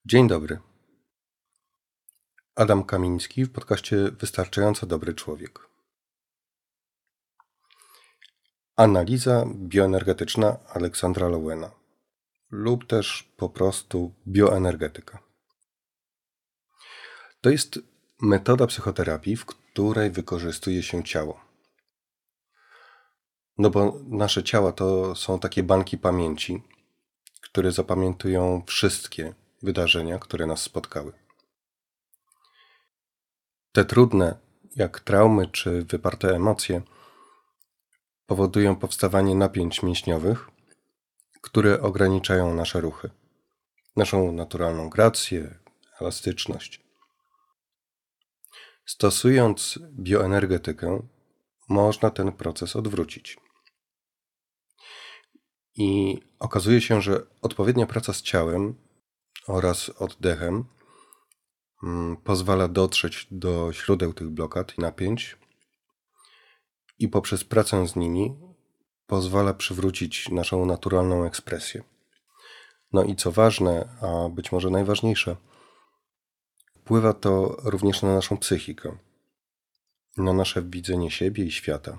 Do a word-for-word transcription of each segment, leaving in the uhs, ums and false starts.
Dzień dobry. Adam Kamiński w podcaście Wystarczająco Dobry Człowiek. Analiza bioenergetyczna Aleksandra Lowena lub też po prostu bioenergetyka. To jest metoda psychoterapii, w której wykorzystuje się ciało. No bo nasze ciała to są takie banki pamięci, które zapamiętują wszystkie wydarzenia, które nas spotkały. Te trudne, jak traumy czy wyparte emocje, powodują powstawanie napięć mięśniowych, które ograniczają nasze ruchy, naszą naturalną grację, elastyczność. Stosując bioenergetykę, można ten proces odwrócić. I okazuje się, że odpowiednia praca z ciałem oraz oddechem mm, pozwala dotrzeć do źródeł tych blokad i napięć i poprzez pracę z nimi pozwala przywrócić naszą naturalną ekspresję. No i co ważne, a być może najważniejsze, wpływa to również na naszą psychikę, na nasze widzenie siebie i świata.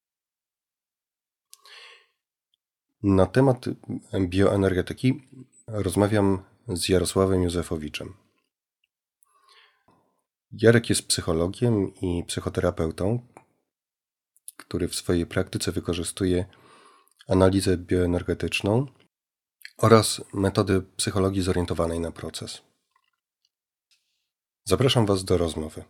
Na temat bioenergetyki rozmawiam z Jarosławem Józefowiczem. Jarek jest psychologiem i psychoterapeutą, który w swojej praktyce wykorzystuje analizę bioenergetyczną oraz metody psychologii zorientowanej na proces. Zapraszam Was do rozmowy.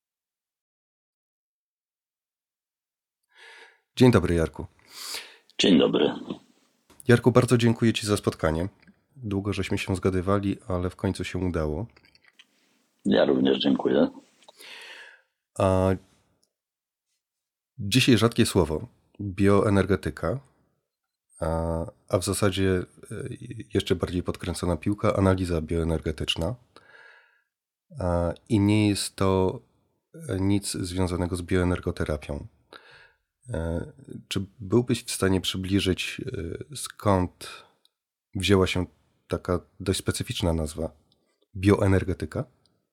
Dzień dobry, Jarku. Dzień dobry. Jarku, bardzo dziękuję Ci za spotkanie. Długo żeśmy się zgadywali, ale w końcu się udało. Ja również dziękuję. A dzisiaj rzadkie słowo, bioenergetyka, a, a w zasadzie jeszcze bardziej podkręcona piłka, analiza bioenergetyczna. A, I nie jest to nic związanego z bioenergoterapią. Czy byłbyś w stanie przybliżyć, skąd wzięła się taka dość specyficzna nazwa bioenergetyka?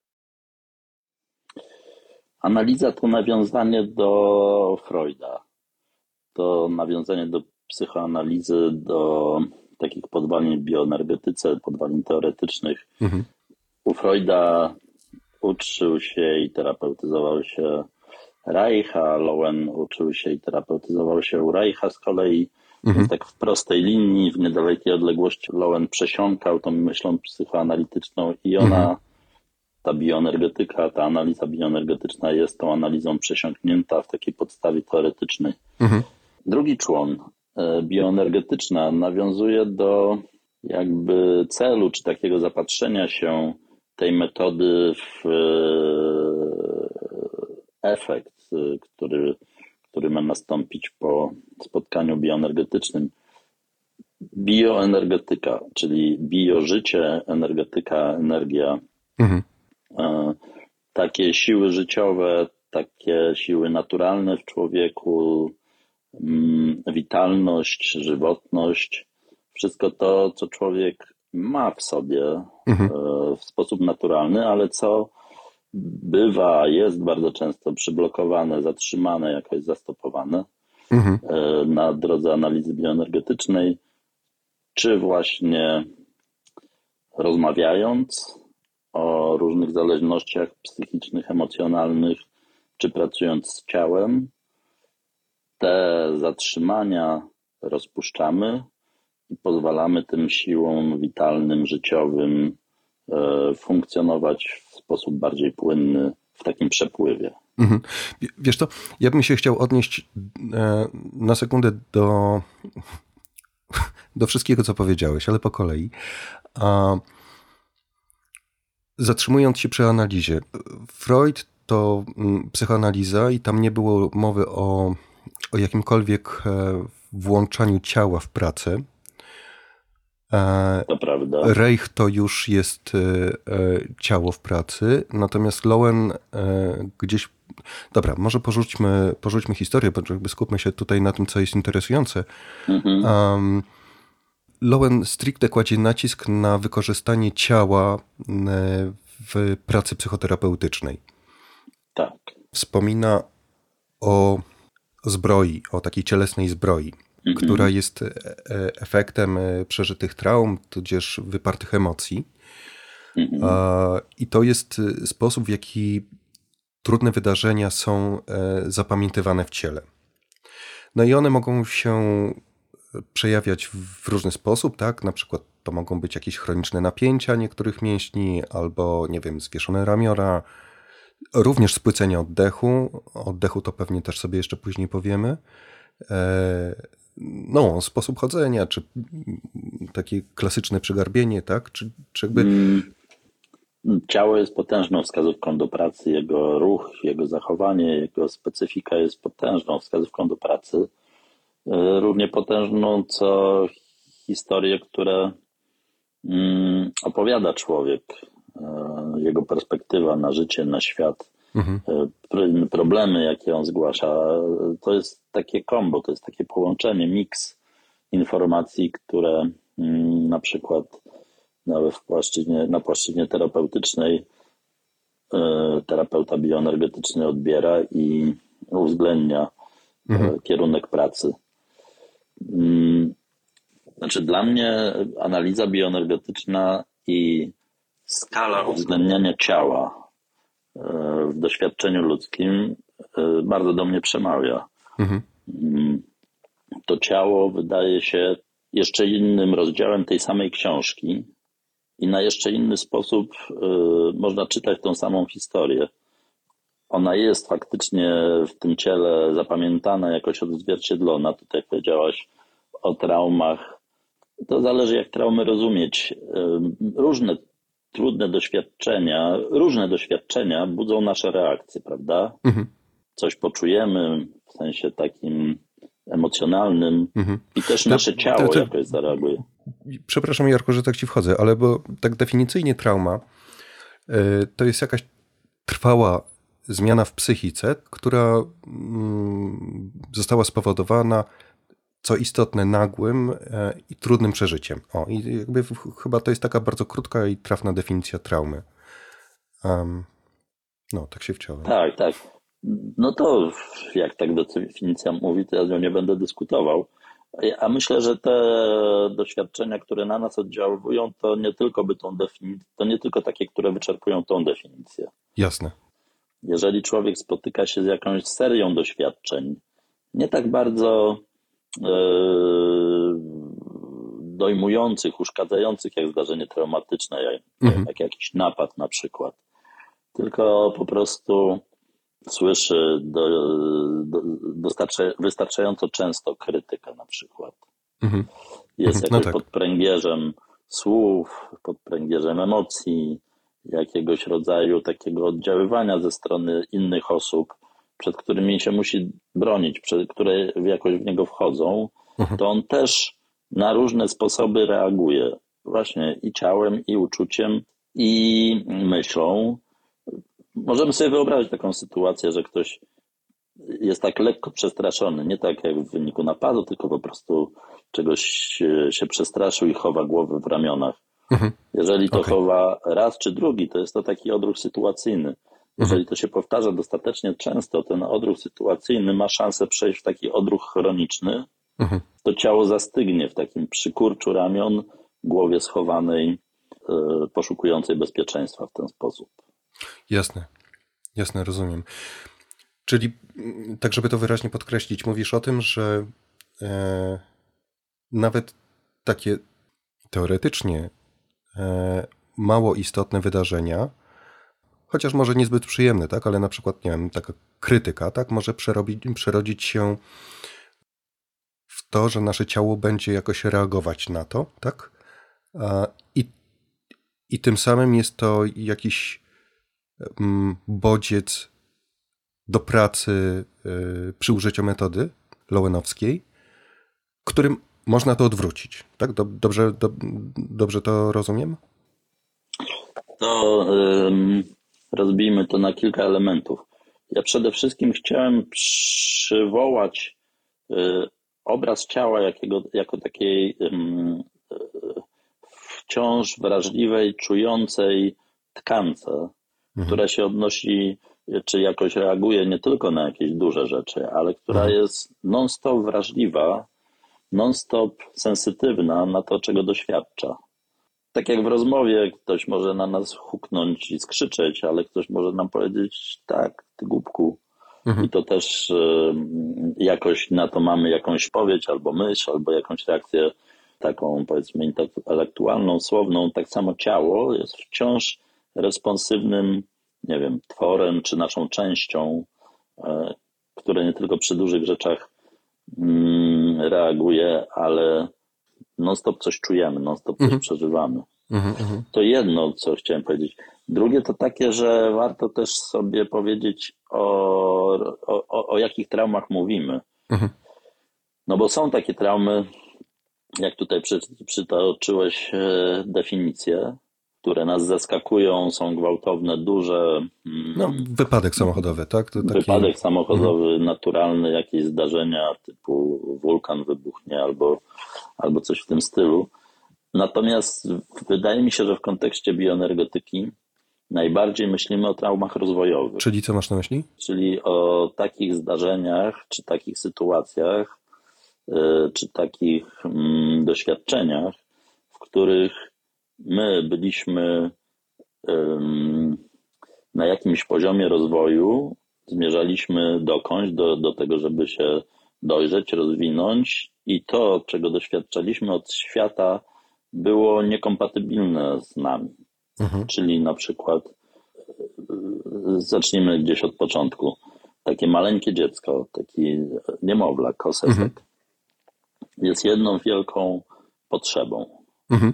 Analiza to nawiązanie do Freuda. To nawiązanie do psychoanalizy, do takich podwalin w bioenergetyce, podwalin teoretycznych. Mhm. U Freuda uczył się i terapeutyzował się Reicha, Lowen uczył się i terapeutyzował się u Reicha z kolei. Mhm. Więc tak w prostej linii, w niedalekiej odległości Lowen przesiąkał tą myślą psychoanalityczną i ona, mhm. ta bioenergetyka, ta analiza bioenergetyczna jest tą analizą przesiąknięta w takiej podstawie teoretycznej. Mhm. Drugi człon, bioenergetyczna, nawiązuje do jakby celu, czy takiego zapatrzenia się tej metody w efekt, który, który ma nastąpić po spotkaniu bioenergetycznym. Bioenergetyka, czyli biożycie, energetyka, energia. Mhm. Takie siły życiowe, takie siły naturalne w człowieku, witalność, żywotność, wszystko to, co człowiek ma w sobie mhm. w sposób naturalny, ale co bywa, jest bardzo często przyblokowane, zatrzymane, jakoś zastopowane mhm. na drodze analizy bioenergetycznej, czy właśnie rozmawiając o różnych zależnościach psychicznych, emocjonalnych, czy pracując z ciałem, te zatrzymania rozpuszczamy i pozwalamy tym siłom witalnym, życiowym funkcjonować w sposób bardziej płynny w takim przepływie. Mhm. Wiesz co, ja bym się chciał odnieść na sekundę do, do wszystkiego, co powiedziałeś, ale po kolei. Zatrzymując się przy analizie. Freud to psychoanaliza i tam nie było mowy o, o jakimkolwiek włączaniu ciała w pracę. To prawda. Reich to już jest ciało w pracy, natomiast Lowen gdzieś... Dobra, może porzućmy, porzućmy historię, bo jakby skupmy się tutaj na tym, co jest interesujące. Mhm. Um, Lowen stricte kładzie nacisk na wykorzystanie ciała w pracy psychoterapeutycznej. Tak. Wspomina o zbroi, o takiej cielesnej zbroi, mhm. która jest efektem przeżytych traum, tudzież wypartych emocji. Mhm. I to jest sposób, w jaki trudne wydarzenia są zapamiętywane w ciele. No i one mogą się przejawiać w różny sposób, tak? Na przykład to mogą być jakieś chroniczne napięcia niektórych mięśni, albo, nie wiem, zwieszone ramiona, również spłycenie oddechu. Oddechu to pewnie też sobie jeszcze później powiemy. No, sposób chodzenia, czy takie klasyczne przygarbienie, tak? Czy, czy jakby... Ciało jest potężną wskazówką do pracy, jego ruch, jego zachowanie, jego specyfika jest potężną wskazówką do pracy. Równie potężną, co historie, które opowiada człowiek, jego perspektywa na życie, na świat, mhm. problemy, jakie on zgłasza. To jest takie kombo, to jest takie połączenie, miks informacji, które na przykład nawet w płaszczyźnie, na płaszczyźnie terapeutycznej terapeuta bioenergetyczny odbiera i uwzględnia mhm. kierunek pracy. Znaczy dla mnie analiza bioenergetyczna i skala uwzględniania ciała w doświadczeniu ludzkim bardzo do mnie przemawia. Mhm. To ciało wydaje się jeszcze innym rozdziałem tej samej książki i na jeszcze inny sposób można czytać tą samą historię. Ona jest faktycznie w tym ciele zapamiętana, jakoś odzwierciedlona. Tutaj jak powiedziałaś o traumach. To zależy, jak traumy rozumieć. Różne trudne doświadczenia, różne doświadczenia budzą nasze reakcje, prawda? Mhm. Coś poczujemy w sensie takim emocjonalnym mhm. i też to, nasze ciało to, to, jakoś zareaguje. Przepraszam, Jarku, że tak ci wchodzę, ale bo tak definicyjnie trauma y, to jest jakaś trwała zmiana w psychice, która y, została spowodowana, co istotne, nagłym i trudnym przeżyciem. O, i jakby chyba to jest taka bardzo krótka i trafna definicja traumy. Um, no, tak się wciąłem. Tak, tak. No to jak tak definicja mówi, to ja z nią nie będę dyskutował. A myślę, że te doświadczenia, które na nas oddziałują, to nie tylko by tą definic- to nie tylko takie, które wyczerpują tą definicję. Jasne. Jeżeli człowiek spotyka się z jakąś serią doświadczeń, nie tak bardzo dojmujących, uszkadzających jak zdarzenie traumatyczne, jak, mhm. jak jakiś napad na przykład, tylko po prostu słyszy do, do, dostarcza, wystarczająco często krytykę na przykład. Mhm. Jest jakoś no tak. pod pręgierzem słów, pod pręgierzem emocji, jakiegoś rodzaju takiego oddziaływania ze strony innych osób, przed którymi się musi bronić, przed, które jakoś w niego wchodzą, mhm. to on też na różne sposoby reaguje. Właśnie i ciałem, i uczuciem, i myślą. Możemy sobie wyobrazić taką sytuację, że ktoś jest tak lekko przestraszony, nie tak jak w wyniku napadu, tylko po prostu czegoś się przestraszył i chowa głowę w ramionach. Mhm. Jeżeli to okay. chowa raz czy drugi, to jest to taki odruch sytuacyjny. Jeżeli to się powtarza dostatecznie często, ten odruch sytuacyjny ma szansę przejść w taki odruch chroniczny, mhm. to ciało zastygnie w takim przykurczu ramion, głowie schowanej, yy, poszukującej bezpieczeństwa w ten sposób. Jasne, jasne, rozumiem. Czyli, tak żeby to wyraźnie podkreślić, mówisz o tym, że e, nawet takie teoretycznie e, mało istotne wydarzenia, chociaż może niezbyt przyjemne, tak, ale na przykład, nie wiem, taka krytyka, tak, może przerobić, przerodzić się w to, że nasze ciało będzie jakoś reagować na to, tak, a, i, i tym samym jest to jakiś mm, bodziec do pracy y, przy użyciu metody lowenowskiej, którym można to odwrócić, tak, do, dobrze, do, dobrze to rozumiem? To ym, rozbijmy to na kilka elementów. Ja przede wszystkim chciałem przywołać y, obraz ciała jakiego, jako takiej ym, wciąż wrażliwej, czującej tkance, Mhm. która się odnosi, czy jakoś reaguje nie tylko na jakieś duże rzeczy, ale która Mhm. jest non-stop wrażliwa, non-stop sensytywna na to, czego doświadcza. Tak jak w rozmowie ktoś może na nas huknąć i skrzyczeć, ale ktoś może nam powiedzieć: tak, ty głupku. Mhm. I to też y, jakoś na to mamy jakąś powiedź, albo myśl, albo jakąś reakcję taką, powiedzmy, intelektualną, słowną. Tak samo ciało jest wciąż responsywnym, nie wiem, tworem, czy naszą częścią, y, które nie tylko przy dużych rzeczach y, reaguje, ale non-stop coś czujemy, non-stop coś Mhm. przeżywamy. Mhm. Mhm. To jedno, co chciałem powiedzieć. Drugie to takie, że warto też sobie powiedzieć o, o, o jakich traumach mówimy. Mhm. No bo są takie traumy, jak tutaj przy, przytoczyłeś e, definicje, które nas zaskakują, są gwałtowne, duże. No, Mm, wypadek samochodowy, tak? To taki... wypadek Mhm. samochodowy, naturalny, jakieś zdarzenia typu wulkan wybuchnie albo, albo coś w tym stylu. Natomiast wydaje mi się, że w kontekście bioenergetyki najbardziej myślimy o traumach rozwojowych, Czyli co masz na myśli? czyli o takich zdarzeniach, czy takich sytuacjach, y, czy takich mm, doświadczeniach, w których my byliśmy ym, na jakimś poziomie rozwoju, zmierzaliśmy dokądś, do, do tego, żeby się dojrzeć, rozwinąć, i to, czego doświadczaliśmy od świata, było niekompatybilne z nami. Mhm. Czyli na przykład zacznijmy gdzieś od początku. Takie maleńkie dziecko, taki niemowlak, kosesek, Mhm. jest jedną wielką potrzebą. Mhm.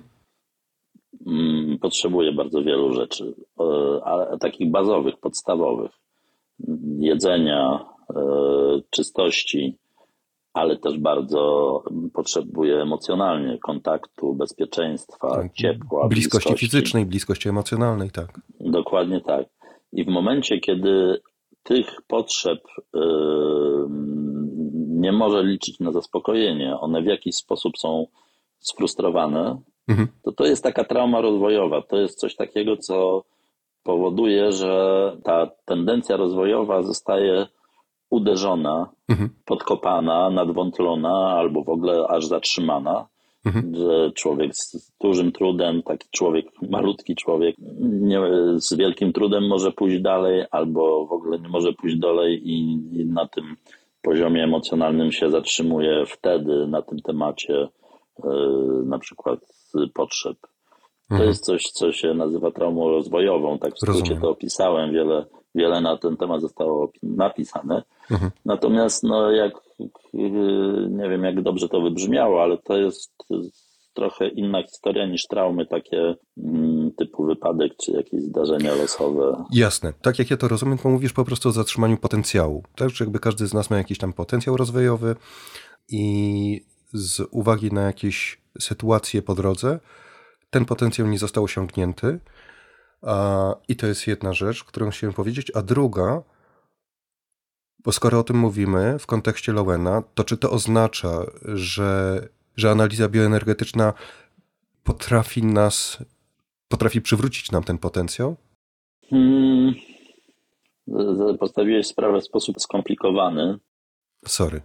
Mm, Potrzebuje bardzo wielu rzeczy, e, ale takich bazowych, podstawowych. Jedzenia, e, czystości, ale też bardzo potrzebuje emocjonalnie kontaktu, bezpieczeństwa, Tak. ciepła, Bliskości bliskości. fizycznej, bliskości emocjonalnej, tak. Dokładnie tak. I w momencie, kiedy tych potrzeb yy, nie może liczyć na zaspokojenie, one w jakiś sposób są sfrustrowane, Mhm. to to jest taka trauma rozwojowa. To jest coś takiego, co powoduje, że ta tendencja rozwojowa zostaje uderzona, Mhm. podkopana, nadwątlona albo w ogóle aż zatrzymana. Mhm. Że człowiek z dużym trudem, taki człowiek, malutki człowiek, nie, z wielkim trudem może pójść dalej, albo w ogóle nie może pójść dalej i, i na tym poziomie emocjonalnym się zatrzymuje wtedy na tym temacie yy, na przykład potrzeb. To Mhm. jest coś, co się nazywa traumą rozwojową. Tak w skrócie Rozumiem. to opisałem. Wiele, wiele na ten temat zostało napisane. Mhm. Natomiast no jak nie wiem, jak dobrze to wybrzmiało, ale to jest trochę inna historia niż traumy takie typu wypadek czy jakieś zdarzenia losowe. Jasne. Tak jak ja to rozumiem, to mówisz po prostu o zatrzymaniu potencjału. Tak, że jakby każdy z nas ma jakiś tam potencjał rozwojowy i z uwagi na jakieś sytuacje po drodze ten potencjał nie został osiągnięty. A, I to jest jedna rzecz, którą chciałem powiedzieć. A druga, bo skoro o tym mówimy w kontekście Lowena, to czy to oznacza, że, że analiza bioenergetyczna potrafi nas, potrafi przywrócić nam ten potencjał? Hmm. Postawiłeś sprawę w sposób skomplikowany, Sorry.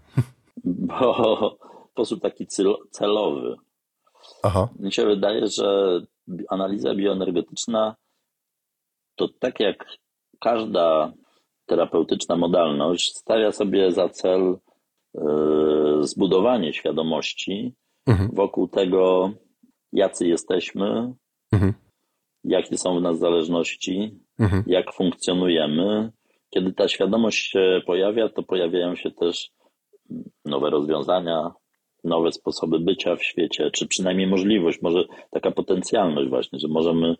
bo w sposób taki celowy. Aha. Mi się wydaje, że analiza bioenergetyczna to tak jak każda terapeutyczna modalność stawia sobie za cel yy, zbudowanie świadomości Mhm. wokół tego, jacy jesteśmy, Mhm. jakie są w nas zależności, Mhm. jak funkcjonujemy. Kiedy ta świadomość się pojawia, to pojawiają się też nowe rozwiązania, nowe sposoby bycia w świecie, czy przynajmniej możliwość, może taka potencjalność właśnie, że możemy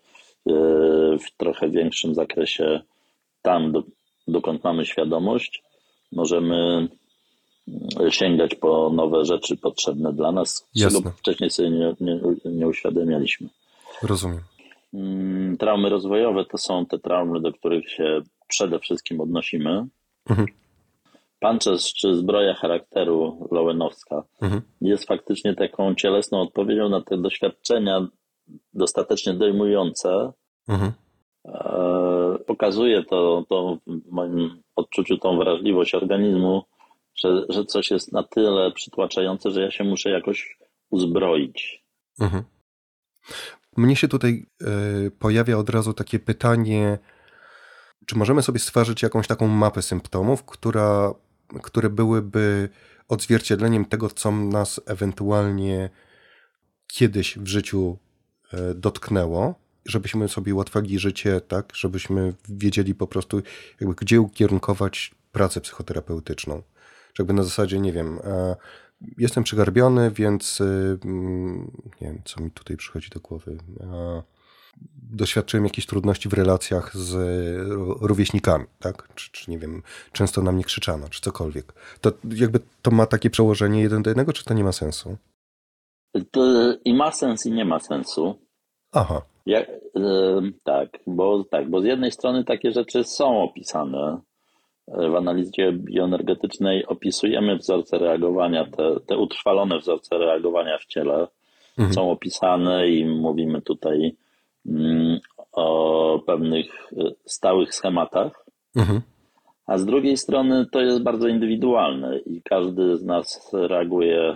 w trochę większym zakresie tam, do, dokąd mamy świadomość, możemy sięgać po nowe rzeczy potrzebne dla nas, Jasne. czego wcześniej sobie nie, nie, nie uświadamialiśmy. Rozumiem. Traumy rozwojowe to są te traumy, do których się przede wszystkim odnosimy. Mhm. Pancerz czy zbroja charakteru Lowenowska Mhm. jest faktycznie taką cielesną odpowiedzią na te doświadczenia dostatecznie dojmujące. Mhm. Pokazuje to, to w moim odczuciu tą wrażliwość organizmu, że, że coś jest na tyle przytłaczające, że ja się muszę jakoś uzbroić. Mhm. Mnie się tutaj y, pojawia od razu takie pytanie, czy możemy sobie stworzyć jakąś taką mapę symptomów, która, które byłyby odzwierciedleniem tego, co nas ewentualnie kiedyś w życiu y, dotknęło, żebyśmy sobie ułatwili życie, tak, żebyśmy wiedzieli po prostu, jakby gdzie ukierunkować pracę psychoterapeutyczną. Czy jakby na zasadzie, nie wiem, e, jestem przygarbiony, więc y, nie wiem, co mi tutaj przychodzi do głowy. E, doświadczyłem jakichś trudności w relacjach z rówieśnikami, tak? Czy, czy nie wiem, często na mnie krzyczano, czy cokolwiek. To jakby to ma takie przełożenie jeden do jednego, czy to nie ma sensu? To i ma sens, i nie ma sensu. Aha. Ja, y, tak, bo, tak, bo z jednej strony takie rzeczy są opisane. W analizie bioenergetycznej opisujemy wzorce reagowania, te, te utrwalone wzorce reagowania w ciele Mhm. są opisane i mówimy tutaj mm, o pewnych stałych schematach, Mhm. a z drugiej strony to jest bardzo indywidualne i każdy z nas reaguje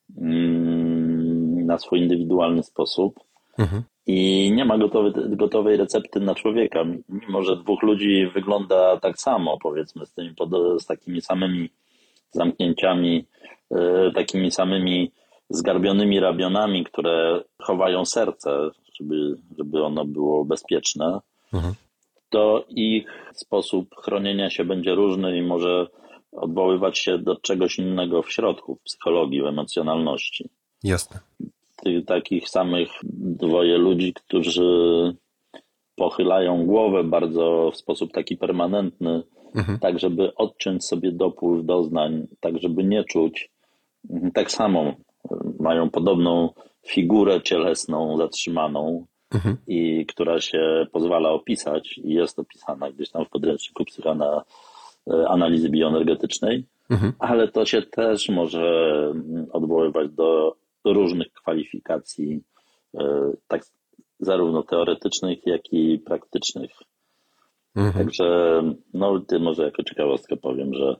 mm, na swój indywidualny sposób. Mhm. I nie ma gotowej, gotowej recepty na człowieka, mimo że dwóch ludzi wygląda tak samo, powiedzmy, z, tymi, z takimi samymi zamknięciami, y, takimi samymi zgarbionymi ramionami, które chowają serce, żeby, żeby ono było bezpieczne, Mhm. to ich sposób chronienia się będzie różny i może odwoływać się do czegoś innego w środku, w psychologii, w emocjonalności. Jasne. Tych takich samych dwoje ludzi, którzy pochylają głowę bardzo w sposób taki permanentny, Mhm. tak żeby odciąć sobie dopływ doznań, tak żeby nie czuć. Tak samo mają podobną figurę cielesną zatrzymaną Mhm. i która się pozwala opisać i jest opisana gdzieś tam w podręczniku psychoanalizy bioenergetycznej, Mhm. ale to się też może odwoływać do różnych kwalifikacji, tak zarówno teoretycznych, jak i praktycznych. Mhm. Także no, ty może jako ciekawostkę powiem, że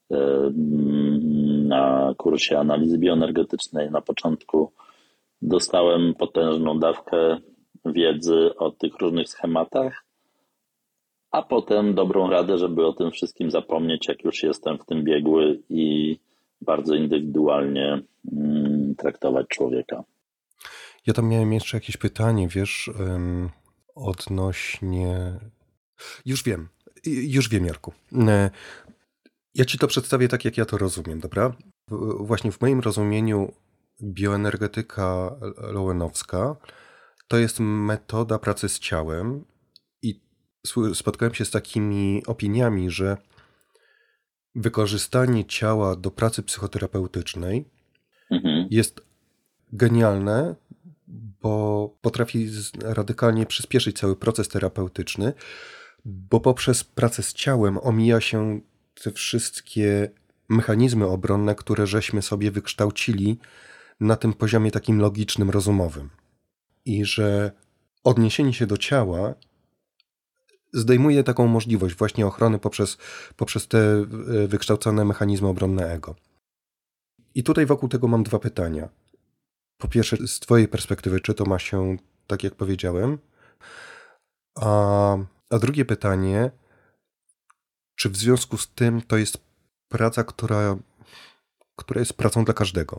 na kursie analizy bioenergetycznej na początku dostałem potężną dawkę wiedzy o tych różnych schematach, a potem dobrą radę, żeby o tym wszystkim zapomnieć, jak już jestem w tym biegły i bardzo indywidualnie mm, traktować człowieka. Ja tam miałem jeszcze jakieś pytanie, wiesz, um, odnośnie... Już wiem, już wiem, Jarku. Ja ci to przedstawię tak, jak ja to rozumiem, dobra? Właśnie w moim rozumieniu bioenergetyka lowenowska to jest metoda pracy z ciałem i spotkałem się z takimi opiniami, że wykorzystanie ciała do pracy psychoterapeutycznej Mhm. jest genialne, bo potrafi radykalnie przyspieszyć cały proces terapeutyczny, bo poprzez pracę z ciałem omija się te wszystkie mechanizmy obronne, które żeśmy sobie wykształcili na tym poziomie takim logicznym, rozumowym. I że odniesienie się do ciała zdejmuje taką możliwość właśnie ochrony poprzez, poprzez te wykształcone mechanizmy obronne ego. I tutaj wokół tego mam dwa pytania. Po pierwsze, z twojej perspektywy, czy to ma się tak, jak powiedziałem? A, a drugie pytanie, czy w związku z tym to jest praca, która, która jest pracą dla każdego?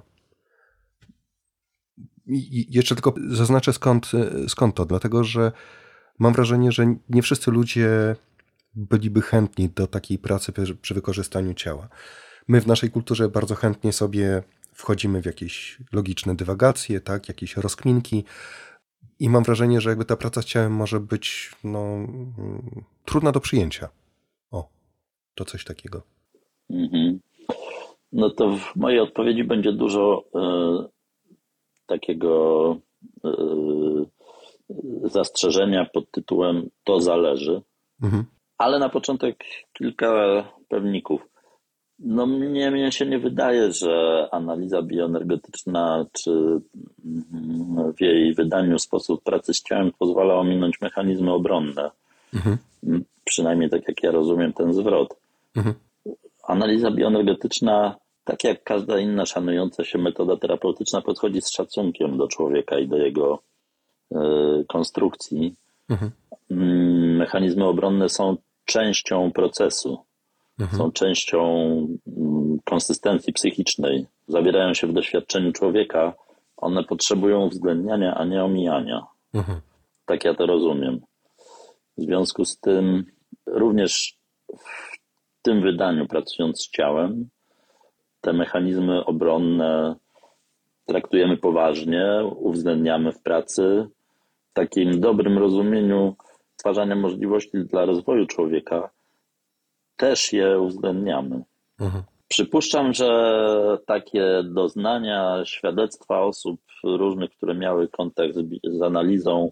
I jeszcze tylko zaznaczę skąd, skąd to, dlatego że mam wrażenie, że nie wszyscy ludzie byliby chętni do takiej pracy przy wykorzystaniu ciała. My w naszej kulturze bardzo chętnie sobie wchodzimy w jakieś logiczne dywagacje, tak, jakieś rozkminki i mam wrażenie, że jakby ta praca z ciałem może być no, trudna do przyjęcia. O, to coś takiego. Mhm. No to w mojej odpowiedzi będzie dużo y, takiego y, zastrzeżenia pod tytułem to zależy, Mhm. ale na początek kilka pewników. No mnie, mnie się nie wydaje, że analiza bioenergetyczna czy mm, w jej wydaniu sposób pracy z ciałem pozwala ominąć mechanizmy obronne. Mhm. Przynajmniej tak jak ja rozumiem ten zwrot. Mhm. Analiza bioenergetyczna, tak jak każda inna szanująca się metoda terapeutyczna, podchodzi z szacunkiem do człowieka i do jego y, konstrukcji. Mhm. Mechanizmy obronne są częścią procesu, Mhm. są częścią mm, konsystencji psychicznej, zawierają się w doświadczeniu człowieka, one potrzebują uwzględniania, a nie omijania. Mhm. Tak ja to rozumiem. W związku z tym również w tym wydaniu, pracując z ciałem, te mechanizmy obronne traktujemy poważnie, uwzględniamy w pracy. W takim dobrym rozumieniu stwarzania możliwości dla rozwoju człowieka też je uwzględniamy. Mhm. Przypuszczam, że takie doznania, świadectwa osób różnych, które miały kontakt z, z analizą,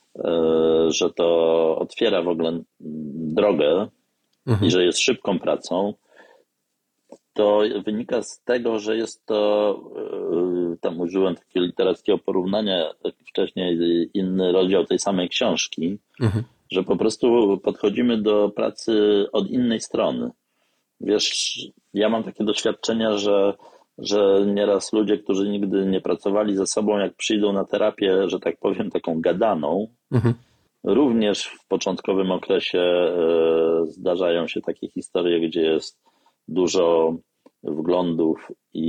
że to otwiera w ogóle drogę Mhm. i że jest szybką pracą, to wynika z tego, że jest to, tam użyłem takiego literackiego porównania, wcześniej inny rozdział tej samej książki, Mhm. że po prostu podchodzimy do pracy od innej strony. Wiesz, ja mam takie doświadczenia, że, że nieraz ludzie, którzy nigdy nie pracowali ze sobą, jak przyjdą na terapię, że tak powiem, taką gadaną, Mhm. również w początkowym okresie e, zdarzają się takie historie, gdzie jest dużo wglądów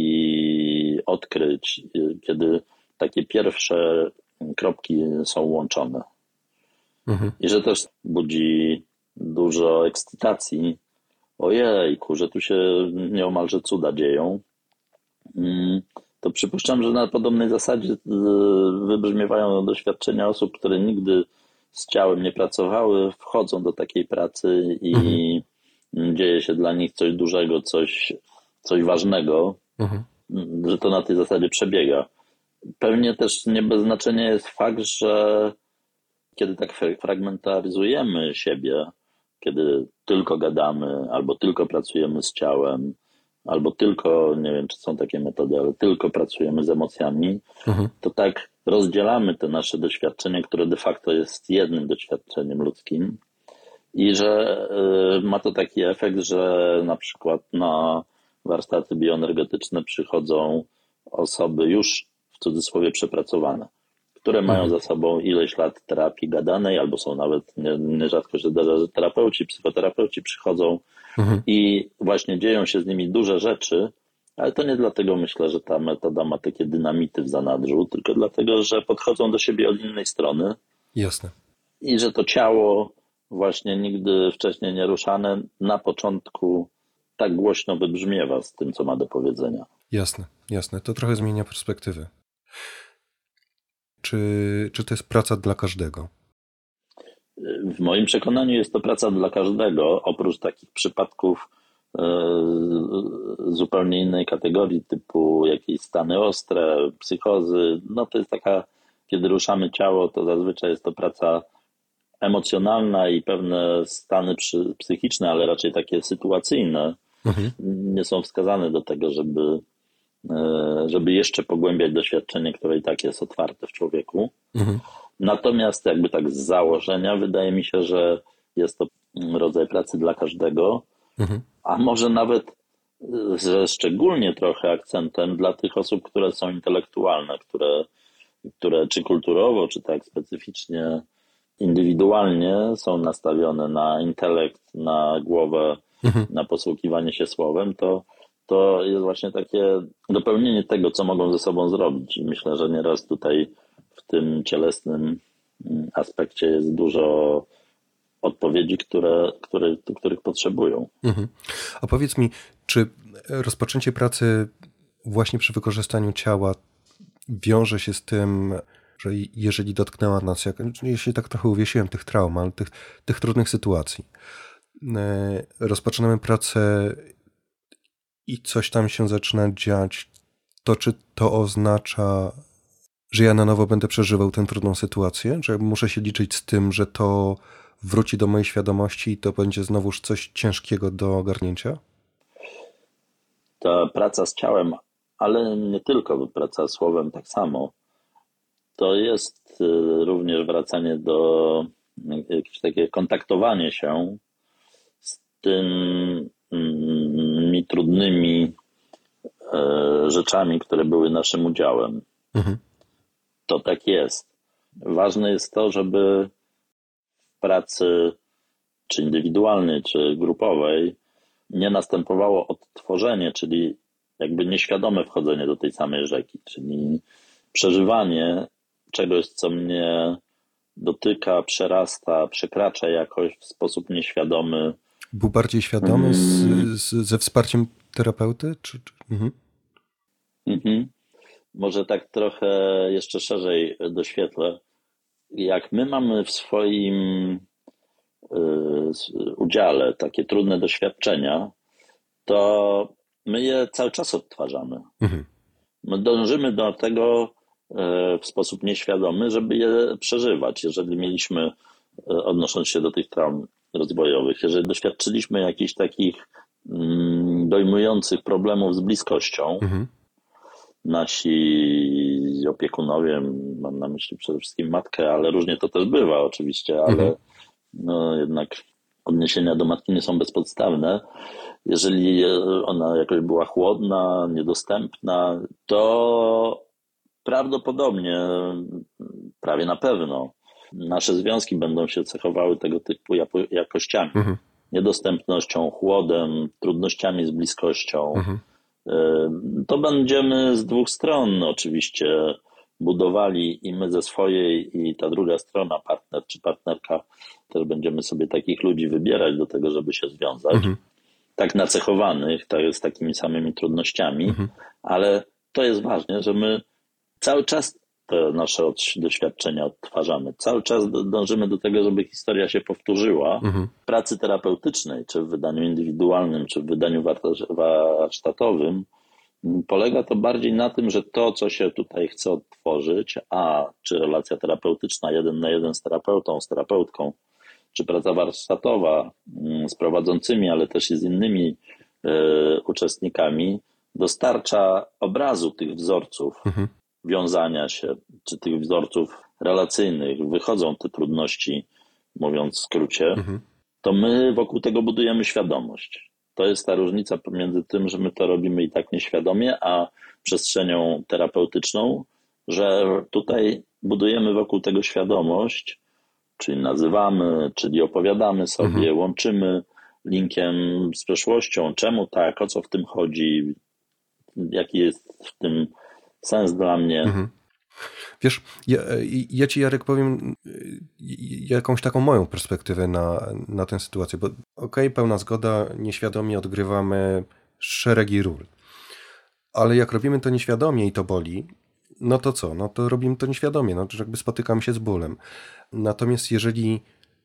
i odkryć, kiedy takie pierwsze kropki są łączone. Mhm. I że też budzi dużo ekscytacji. Ojejku, że tu się nieomalże cuda dzieją. To przypuszczam, że na podobnej zasadzie wybrzmiewają doświadczenia osób, które nigdy z ciałem nie pracowały, wchodzą do takiej pracy i mhm. dzieje się dla nich coś dużego, coś, coś ważnego, mhm. że to na tej zasadzie przebiega. Pewnie też nie bez znaczenia jest fakt, że kiedy tak fragmentaryzujemy siebie, kiedy tylko gadamy, albo tylko pracujemy z ciałem, albo tylko, nie wiem, czy są takie metody, ale tylko pracujemy z emocjami, mhm. to tak rozdzielamy te nasze doświadczenie, które de facto jest jednym doświadczeniem ludzkim i że y, ma to taki efekt, że na przykład na warsztaty bioenergetyczne przychodzą osoby już w cudzysłowie przepracowane, które mają mhm. za sobą ileś lat terapii gadanej, albo są nawet, nie, nierzadko się zdarza, że terapeuci, psychoterapeuci przychodzą mhm. i właśnie dzieją się z nimi duże rzeczy, ale to nie dlatego myślę, że ta metoda ma takie dynamity w zanadrzu, tylko dlatego, że podchodzą do siebie od innej strony. Jasne. I że to ciało właśnie nigdy wcześniej nie ruszane na początku tak głośno wybrzmiewa z tym, co ma do powiedzenia. Jasne, jasne. To trochę zmienia perspektywę. Czy, czy to jest praca dla każdego? W moim przekonaniu jest to praca dla każdego, oprócz takich przypadków e, zupełnie innej kategorii, typu jakieś stany ostre, psychozy. No to jest taka, kiedy ruszamy ciało, to zazwyczaj jest to praca emocjonalna i pewne stany przy, psychiczne, ale raczej takie sytuacyjne, mhm. nie są wskazane do tego, żeby żeby jeszcze pogłębiać doświadczenie, które i tak jest otwarte w człowieku. Mhm. Natomiast jakby tak z założenia wydaje mi się, że jest to rodzaj pracy dla każdego, mhm. a może nawet, że szczególnie trochę akcentem dla tych osób, które są intelektualne, które, które czy kulturowo, czy tak specyficznie indywidualnie są nastawione na intelekt, na głowę, mhm. na posługiwanie się słowem, to to jest właśnie takie dopełnienie tego, co mogą ze sobą zrobić. I myślę, że nieraz tutaj w tym cielesnym aspekcie jest dużo odpowiedzi, które, które, których potrzebują. Mhm. A powiedz mi, czy rozpoczęcie pracy właśnie przy wykorzystaniu ciała wiąże się z tym, że jeżeli dotknęła nas, jak, jeśli tak trochę uwiesiłem tych traum, ale tych, tych trudnych sytuacji, rozpoczynamy pracę i coś tam się zaczyna dziać, to czy to oznacza, że ja na nowo będę przeżywał tę trudną sytuację? Że muszę się liczyć z tym, że to wróci do mojej świadomości i to będzie znowuż coś ciężkiego do ogarnięcia? ta praca z ciałem, ale nie tylko, praca słowem tak samo, to jest y, również wracanie do jakieś takie kontaktowanie się z tymi trudnymi e, rzeczami, które były naszym udziałem. Mhm. To tak jest. Ważne jest to, żeby w pracy czy indywidualnej, czy grupowej nie następowało odtworzenie, czyli jakby nieświadome wchodzenie do tej samej rzeki, czyli przeżywanie czegoś, co mnie dotyka, przerasta, przekracza jakoś w sposób nieświadomy. Był bardziej świadomy z, z, ze wsparciem terapeuty? Czy, czy? Mhm. Mhm. Może tak trochę jeszcze szerzej doświetlę. Jak my mamy w swoim y, udziale takie trudne doświadczenia, to my je cały czas odtwarzamy. Mhm. My dążymy do tego y, w sposób nieświadomy, żeby je przeżywać. Jeżeli mieliśmy, y, odnosząc się do tych traum rozwojowych, jeżeli doświadczyliśmy jakichś takich mm, dojmujących problemów z bliskością, Mhm. nasi opiekunowie, mam na myśli przede wszystkim matkę, ale różnie to też bywa oczywiście, ale Mhm. no jednak odniesienia do matki nie są bezpodstawne. Jeżeli ona jakoś była chłodna, niedostępna, to prawdopodobnie, prawie na pewno, nasze związki będą się cechowały tego typu jakościami. Mhm. Niedostępnością, chłodem, trudnościami z bliskością. Mhm. To będziemy z dwóch stron oczywiście budowali i my ze swojej, i ta druga strona, partner czy partnerka, też będziemy sobie takich ludzi wybierać do tego, żeby się związać. Mhm. Tak nacechowanych, tak, z takimi samymi trudnościami, Mhm. ale to jest ważne, że my cały czas te nasze doświadczenia odtwarzamy. Cały czas dążymy do tego, żeby historia się powtórzyła. Mhm. W pracy terapeutycznej, czy w wydaniu indywidualnym, czy w wydaniu warsztatowym, polega to bardziej na tym, że to, co się tutaj chce odtworzyć, a czy relacja terapeutyczna jeden na jeden z terapeutą, z terapeutką, czy praca warsztatowa z prowadzącymi, ale też i z innymi y, uczestnikami, dostarcza obrazu tych wzorców mhm. wiązania się, czy tych wzorców relacyjnych, wychodzą te trudności, mówiąc w skrócie, Mhm. to my wokół tego budujemy świadomość. To jest ta różnica pomiędzy tym, że my to robimy i tak nieświadomie, a przestrzenią terapeutyczną, że tutaj budujemy wokół tego świadomość, czyli nazywamy, czyli opowiadamy sobie, mhm. łączymy linkiem z przeszłością, czemu tak, o co w tym chodzi, jaki jest w tym sens dla mnie. Mhm. Wiesz, ja, ja ci, Jarek, powiem jakąś taką moją perspektywę na, na tę sytuację, bo okej, okay, pełna zgoda, nieświadomie odgrywamy szeregi ról, ale jak robimy to nieświadomie i to boli, no to co? No to robimy to nieświadomie, no to jakby spotykamy się z bólem. Natomiast jeżeli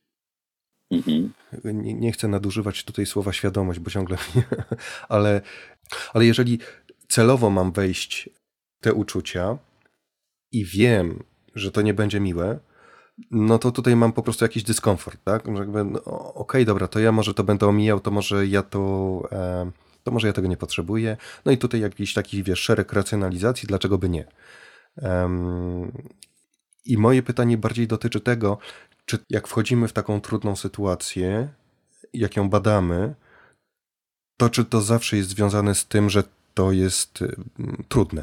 mhm. nie, nie chcę nadużywać tutaj słowa świadomość, bo ciągle ale, ale jeżeli celowo mam wejść w te uczucia i wiem, że to nie będzie miłe, no to tutaj mam po prostu jakiś dyskomfort, tak? Że jakby, no, okej, okay, dobra, to ja może to będę omijał, to może ja to, e, to może ja tego nie potrzebuję. No i tutaj jakiś taki, wiesz, szereg racjonalizacji, dlaczego by nie? Um, I moje pytanie bardziej dotyczy tego, czy jak wchodzimy w taką trudną sytuację, jak ją badamy, to czy to zawsze jest związane z tym, że to jest um, trudne?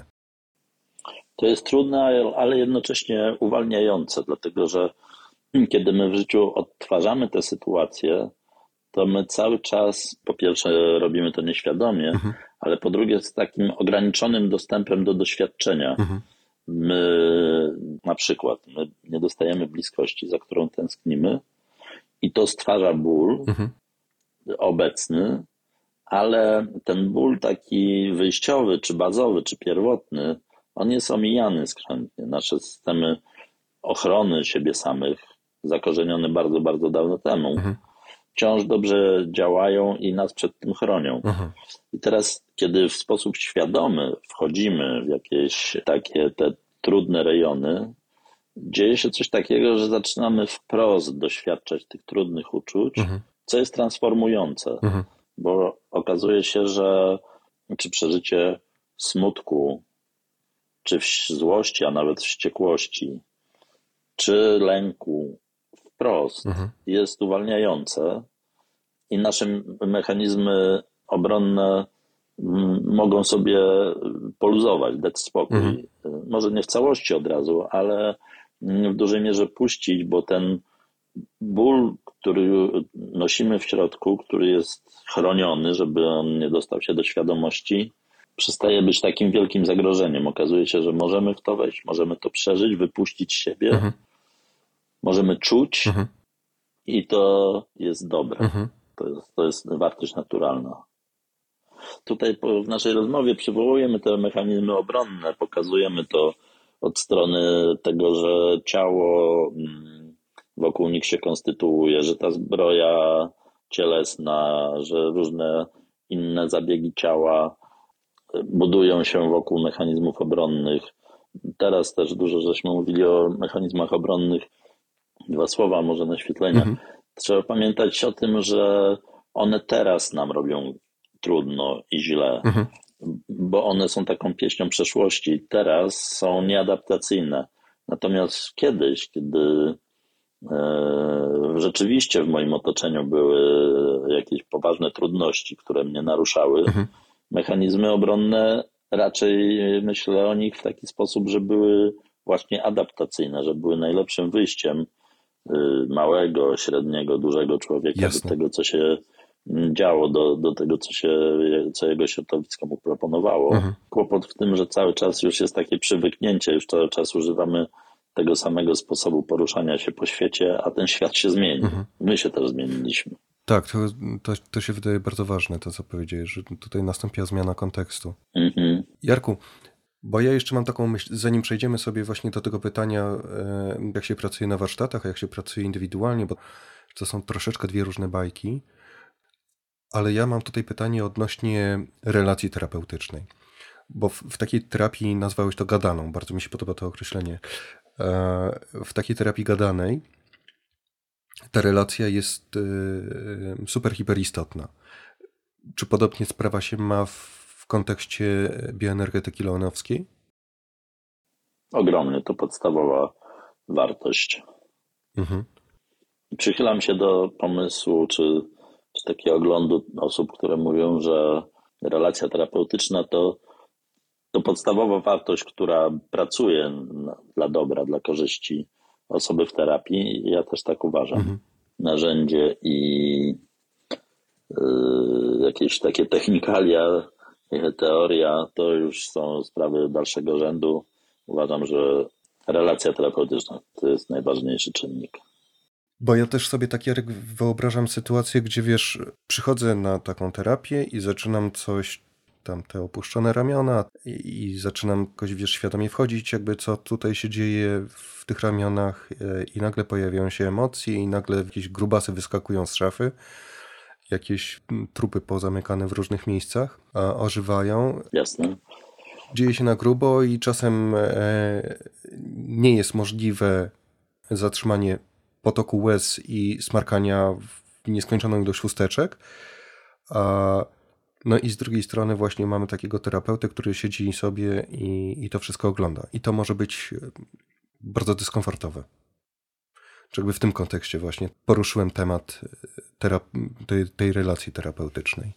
To jest trudne, ale jednocześnie uwalniające, dlatego że kiedy my w życiu odtwarzamy te sytuacje, to my cały czas, po pierwsze robimy to nieświadomie, mhm. ale po drugie z takim ograniczonym dostępem do doświadczenia. Mhm. My na przykład my nie dostajemy bliskości, za którą tęsknimy i to stwarza ból mhm. obecny, ale ten ból taki wyjściowy, czy bazowy, czy pierwotny, on jest omijany skrzętnie. Nasze systemy ochrony siebie samych, zakorzenione bardzo, bardzo dawno temu, mhm. wciąż dobrze działają i nas przed tym chronią. Mhm. I teraz, kiedy w sposób świadomy wchodzimy w jakieś takie te trudne rejony, dzieje się coś takiego, że zaczynamy wprost doświadczać tych trudnych uczuć, mhm. co jest transformujące, mhm. bo okazuje się, że czy przeżycie smutku, czy złości, a nawet wściekłości, czy lęku wprost Mhm. jest uwalniające i nasze mechanizmy obronne mogą sobie poluzować, dać spokój. Mhm. Może nie w całości od razu, ale w dużej mierze puścić, bo ten ból, który nosimy w środku, który jest chroniony, żeby on nie dostał się do świadomości, przestaje być takim wielkim zagrożeniem. Okazuje się, że możemy w to wejść, możemy to przeżyć, wypuścić z siebie, mhm. możemy czuć mhm. i to jest dobre. Mhm. To jest, to jest wartość naturalna. Tutaj w naszej rozmowie przywołujemy te mechanizmy obronne, pokazujemy to od strony tego, że ciało wokół nich się konstytuuje, że ta zbroja cielesna, że różne inne zabiegi ciała budują się wokół mechanizmów obronnych. Teraz też dużo żeśmy mówili o mechanizmach obronnych. Dwa słowa może naświetlenia. Mhm. Trzeba pamiętać o tym, że one teraz nam robią trudno i źle, mhm. bo one są taką pieśnią przeszłości. Teraz są nieadaptacyjne. Natomiast kiedyś, kiedy e, rzeczywiście w moim otoczeniu były jakieś poważne trudności, które mnie naruszały, mhm. mechanizmy obronne raczej myślę o nich w taki sposób, że były właśnie adaptacyjne, że były najlepszym wyjściem małego, średniego, dużego człowieka Jasne. do tego, co się działo, do, do tego, co, się, co jego środowisko mu proponowało. Mhm. Kłopot w tym, że cały czas już jest takie przywyknięcie, już cały czas używamy tego samego sposobu poruszania się po świecie, a ten świat się zmieni. Mhm. My się też zmieniliśmy. Tak, to, to, to się wydaje bardzo ważne, to co powiedziałeś, że tutaj nastąpiła zmiana kontekstu. Mhm. Jarku, bo ja jeszcze mam taką myśl, zanim przejdziemy sobie właśnie do tego pytania, jak się pracuje na warsztatach, a jak się pracuje indywidualnie, bo to są troszeczkę dwie różne bajki, ale ja mam tutaj pytanie odnośnie relacji terapeutycznej, bo w, w takiej terapii nazwałeś to gadaną, bardzo mi się podoba to określenie. W takiej terapii gadanej ta relacja jest super hiperistotna. Czy podobnie sprawa się ma w w kontekście bioenergetyki leonowskiej? Ogromnie, to podstawowa wartość. Mhm. Przychylam się do pomysłu, czy, czy takiego oglądu osób, które mówią, że relacja terapeutyczna to, to podstawowa wartość, która pracuje na, dla dobra, dla korzyści osoby w terapii. Ja też tak uważam. Mhm. Narzędzie i y, jakieś takie technikalia, teoria to już są sprawy dalszego rzędu. Uważam, że relacja terapeutyczna to jest najważniejszy czynnik. Bo ja też sobie tak, Jarek, wyobrażam sytuację, gdzie wiesz, przychodzę na taką terapię i zaczynam coś, tam te opuszczone ramiona i, i zaczynam jakoś, wiesz, świadomie wchodzić, jakby co tutaj się dzieje w tych ramionach i nagle pojawiają się emocje i nagle jakieś grubasy wyskakują z szafy. Jakieś trupy pozamykane w różnych miejscach a ożywają. Jasne. Dzieje się na grubo i czasem e, nie jest możliwe zatrzymanie potoku łez i smarkania w nieskończoną ilość chusteczek. A, no i z drugiej strony właśnie mamy takiego terapeutę, który siedzi sobie i, i to wszystko ogląda. I to może być bardzo dyskomfortowe. Czy jakby w tym kontekście właśnie poruszyłem temat terap- tej, tej relacji terapeutycznej.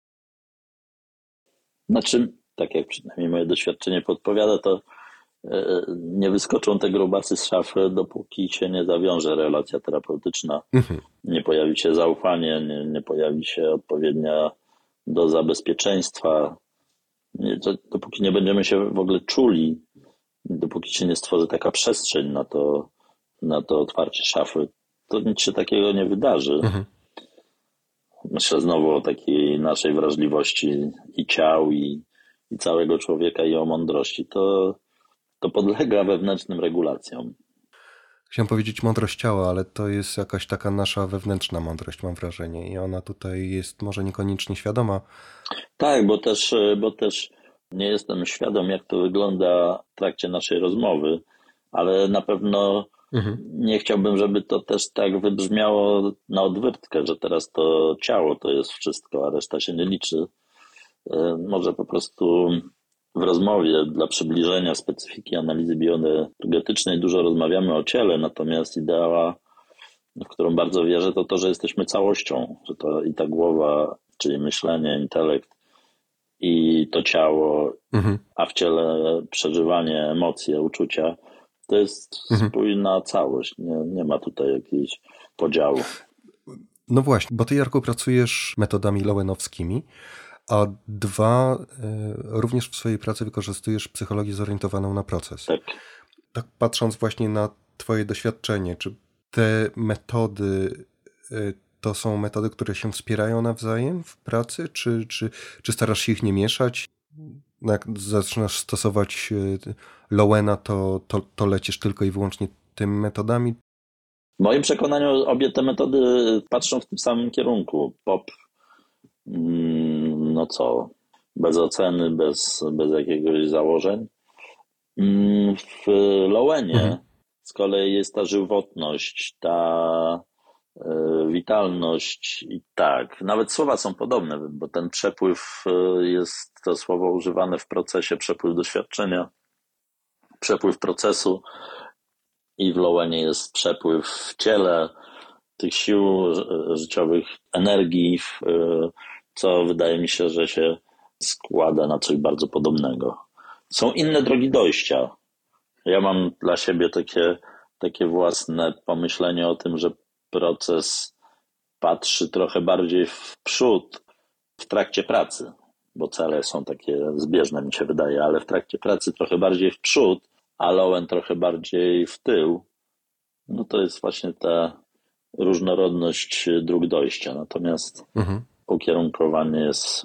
Znaczy, tak jak przynajmniej moje doświadczenie podpowiada, to nie wyskoczą te grubasy z szafy, dopóki się nie zawiąże relacja terapeutyczna, mhm. nie pojawi się zaufanie, nie, nie pojawi się odpowiednia doza bezpieczeństwa, nie, dopóki nie będziemy się w ogóle czuli, dopóki się nie stworzy taka przestrzeń na to, na to otwarcie szafy, to nic się takiego nie wydarzy. Mhm. Myślę znowu o takiej naszej wrażliwości i ciał, i, i całego człowieka, i o mądrości. To, to podlega wewnętrznym regulacjom. Chciałem powiedzieć mądrość ciała, ale to jest jakaś taka nasza wewnętrzna mądrość, mam wrażenie. I ona tutaj jest może niekoniecznie świadoma. Tak, bo też, bo też nie jestem świadom, jak to wygląda w trakcie naszej rozmowy, ale na pewno mhm. nie chciałbym, żeby to też tak wybrzmiało na odwyrtkę, że teraz to ciało to jest wszystko, a reszta się nie liczy. Może po prostu w rozmowie dla przybliżenia specyfiki analizy bioenergetycznej dużo rozmawiamy o ciele, natomiast idea, w którą bardzo wierzę, to to, że jesteśmy całością, że to i ta głowa, czyli myślenie, intelekt i to ciało, mhm. a w ciele przeżywanie, emocje, uczucia, to jest mhm. spójna całość. Nie, nie ma tutaj jakiejś podziału. No właśnie, bo ty, Jarku, pracujesz metodami lowenowskimi, a dwa, również w swojej pracy wykorzystujesz psychologię zorientowaną na proces. Tak. Tak patrząc właśnie na twoje doświadczenie, czy te metody to są metody, które się wspierają nawzajem w pracy, czy, czy, czy starasz się ich nie mieszać? Jak zaczynasz stosować Lowena, to, to, to lecisz tylko i wyłącznie tymi metodami? W moim przekonaniu obie te metody patrzą w tym samym kierunku. Pop, no co, bez oceny, bez, bez jakiegoś założeń. W Lowenie mhm. z kolei jest ta żywotność, ta witalność i tak. Nawet słowa są podobne, bo ten przepływ jest to słowo używane w procesie, przepływ doświadczenia, przepływ procesu i w Lowenie jest przepływ w ciele tych sił życiowych, energii, co wydaje mi się, że się składa na coś bardzo podobnego. Są inne drogi dojścia. Ja mam dla siebie takie, takie własne pomyślenie o tym, że proces patrzy trochę bardziej w przód w trakcie pracy, bo cele są takie zbieżne, mi się wydaje, ale w trakcie pracy trochę bardziej w przód, a Lowen trochę bardziej w tył. No to jest właśnie ta różnorodność dróg dojścia. Natomiast mhm. ukierunkowanie jest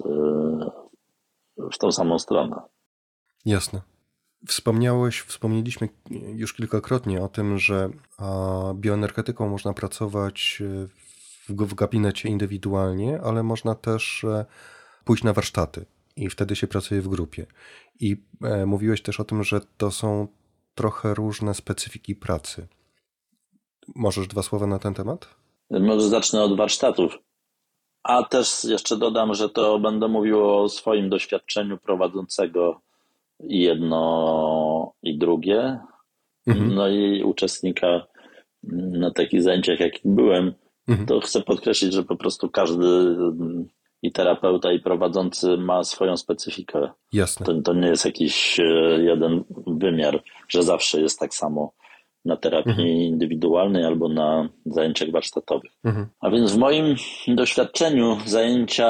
w tą samą stronę. Jasne. Wspomniałeś, wspomnieliśmy już kilkakrotnie o tym, że bioenergetyką można pracować w, w gabinecie indywidualnie, ale można też pójść na warsztaty i wtedy się pracuje w grupie. I e, mówiłeś też o tym, że to są trochę różne specyfiki pracy. Możesz dwa słowa na ten temat? Może zacznę od warsztatów. A też jeszcze dodam, że to będę mówił o swoim doświadczeniu prowadzącego i jedno i drugie. Mhm. No i uczestnika na takich zajęciach, jakich byłem, mhm. to chcę podkreślić, że po prostu każdy i terapeuta, i prowadzący ma swoją specyfikę. Jasne. To, to nie jest jakiś jeden wymiar, że zawsze jest tak samo na terapii mhm. indywidualnej albo na zajęciach warsztatowych. Mhm. A więc w moim doświadczeniu zajęcia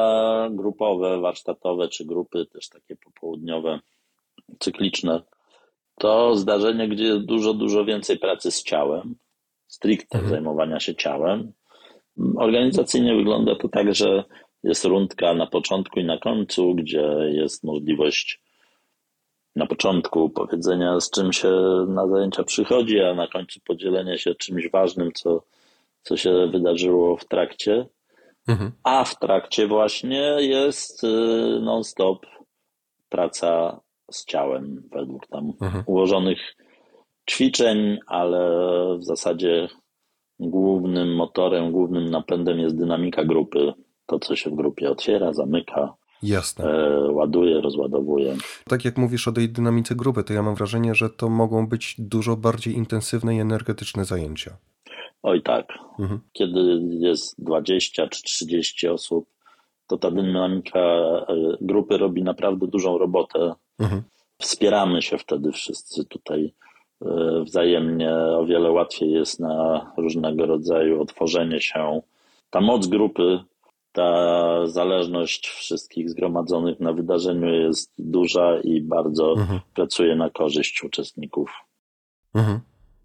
grupowe, warsztatowe czy grupy też takie popołudniowe, cykliczne, to zdarzenie, gdzie jest dużo, dużo więcej pracy z ciałem, stricte mhm. zajmowania się ciałem. Organizacyjnie wygląda to tak, że jest rundka na początku i na końcu, gdzie jest możliwość na początku powiedzenia, z czym się na zajęcia przychodzi, a na końcu podzielenia się czymś ważnym, co, co się wydarzyło w trakcie. Mhm. A w trakcie właśnie jest non-stop praca z ciałem według tam mhm. ułożonych ćwiczeń, ale w zasadzie głównym motorem, głównym napędem jest dynamika grupy. To, co się w grupie otwiera, zamyka, Jasne. E, ładuje, rozładowuje. Tak jak mówisz o tej dynamice grupy, to ja mam wrażenie, że to mogą być dużo bardziej intensywne i energetyczne zajęcia. Oj tak. Mhm. Kiedy jest dwadzieścia czy trzydzieści osób, to ta dynamika grupy robi naprawdę dużą robotę. Mhm. Wspieramy się wtedy wszyscy tutaj wzajemnie. O wiele łatwiej jest na różnego rodzaju otworzenie się. Ta moc grupy, ta zależność wszystkich zgromadzonych na wydarzeniu jest duża i bardzo mhm. pracuje na korzyść uczestników. Mhm.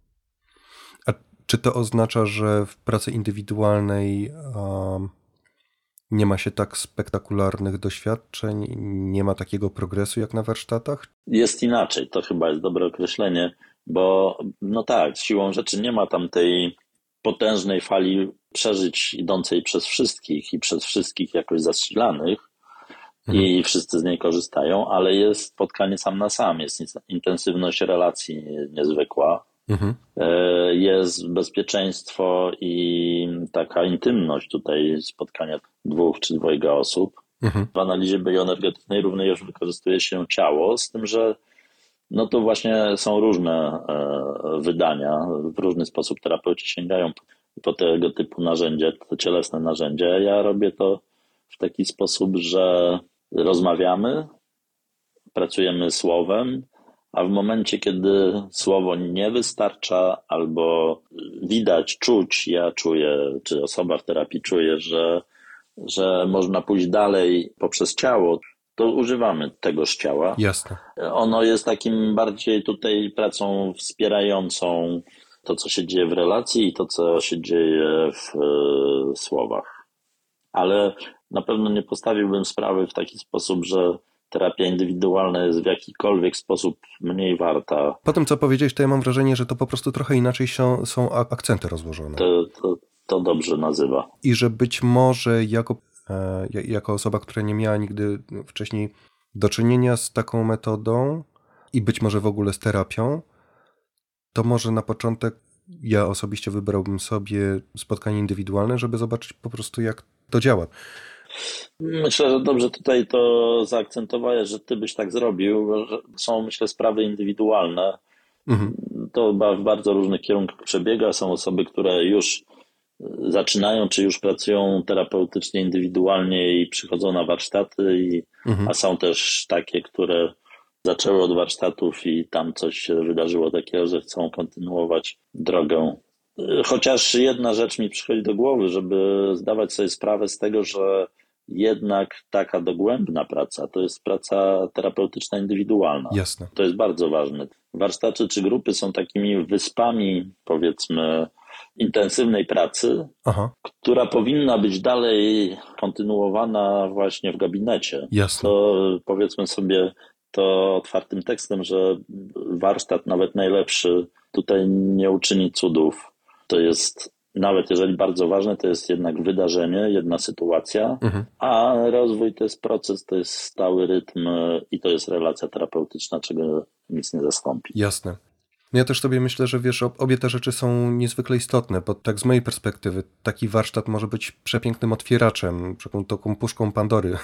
A czy to oznacza, że w pracy indywidualnej um, nie ma się tak spektakularnych doświadczeń, nie ma takiego progresu jak na warsztatach? Jest inaczej, to chyba jest dobre określenie, bo no tak, siłą rzeczy nie ma tam tej potężnej fali przeżyć idącej przez wszystkich i przez wszystkich jakoś zasilanych mhm. i wszyscy z niej korzystają, ale jest spotkanie sam na sam, jest intensywność relacji niezwykła, mhm. jest bezpieczeństwo i taka intymność tutaj spotkania dwóch czy dwojga osób. Mhm. W analizie bioenergetycznej również wykorzystuje się ciało, z tym, że no to właśnie są różne e, wydania, w różny sposób terapeuci sięgają po tego typu narzędzia, to cielesne narzędzia. Ja robię to w taki sposób, że rozmawiamy, pracujemy słowem, a w momencie, kiedy słowo nie wystarcza albo widać, czuć, ja czuję, czy osoba w terapii czuje, że, że można pójść dalej poprzez ciało, to używamy tegoż ciała. Jasne. Ono jest takim bardziej tutaj pracą wspierającą to, co się dzieje w relacji i to, co się dzieje w y, słowach. Ale na pewno nie postawiłbym sprawy w taki sposób, że terapia indywidualna jest w jakikolwiek sposób mniej warta. Po tym, co powiedziałeś, to ja mam wrażenie, że to po prostu trochę inaczej są, są akcenty rozłożone. To, to, to dobrze nazywa. I że być może jako, e, jako osoba, która nie miała nigdy wcześniej do czynienia z taką metodą i być może w ogóle z terapią, to może na początek ja osobiście wybrałbym sobie spotkanie indywidualne, żeby zobaczyć po prostu, jak to działa. Myślę, że dobrze tutaj to zaakcentowałeś, że ty byś tak zrobił, że są, myślę, sprawy indywidualne. Mhm. To w bardzo różnych kierunkach przebiega. Są osoby, które już zaczynają, czy już pracują terapeutycznie, indywidualnie i przychodzą na warsztaty, i, Mhm. a są też takie, które zaczęły od warsztatów i tam coś się wydarzyło takiego, że chcą kontynuować drogę. Chociaż jedna rzecz mi przychodzi do głowy, żeby zdawać sobie sprawę z tego, że jednak taka dogłębna praca to jest praca terapeutyczna indywidualna. Jasne. To jest bardzo ważne. Warsztaty czy grupy są takimi wyspami, powiedzmy, intensywnej pracy, Aha. która powinna być dalej kontynuowana właśnie w gabinecie. Jasne. To powiedzmy sobie to otwartym tekstem, że warsztat, nawet najlepszy, tutaj nie uczyni cudów. To jest, nawet jeżeli bardzo ważne, to jest jednak wydarzenie, jedna sytuacja, Mhm. a rozwój to jest proces, to jest stały rytm i to jest relacja terapeutyczna, czego nic nie zastąpi. Jasne. Ja też sobie myślę, że wiesz, obie te rzeczy są niezwykle istotne, bo tak z mojej perspektywy taki warsztat może być przepięknym otwieraczem, taką, taką puszką Pandory,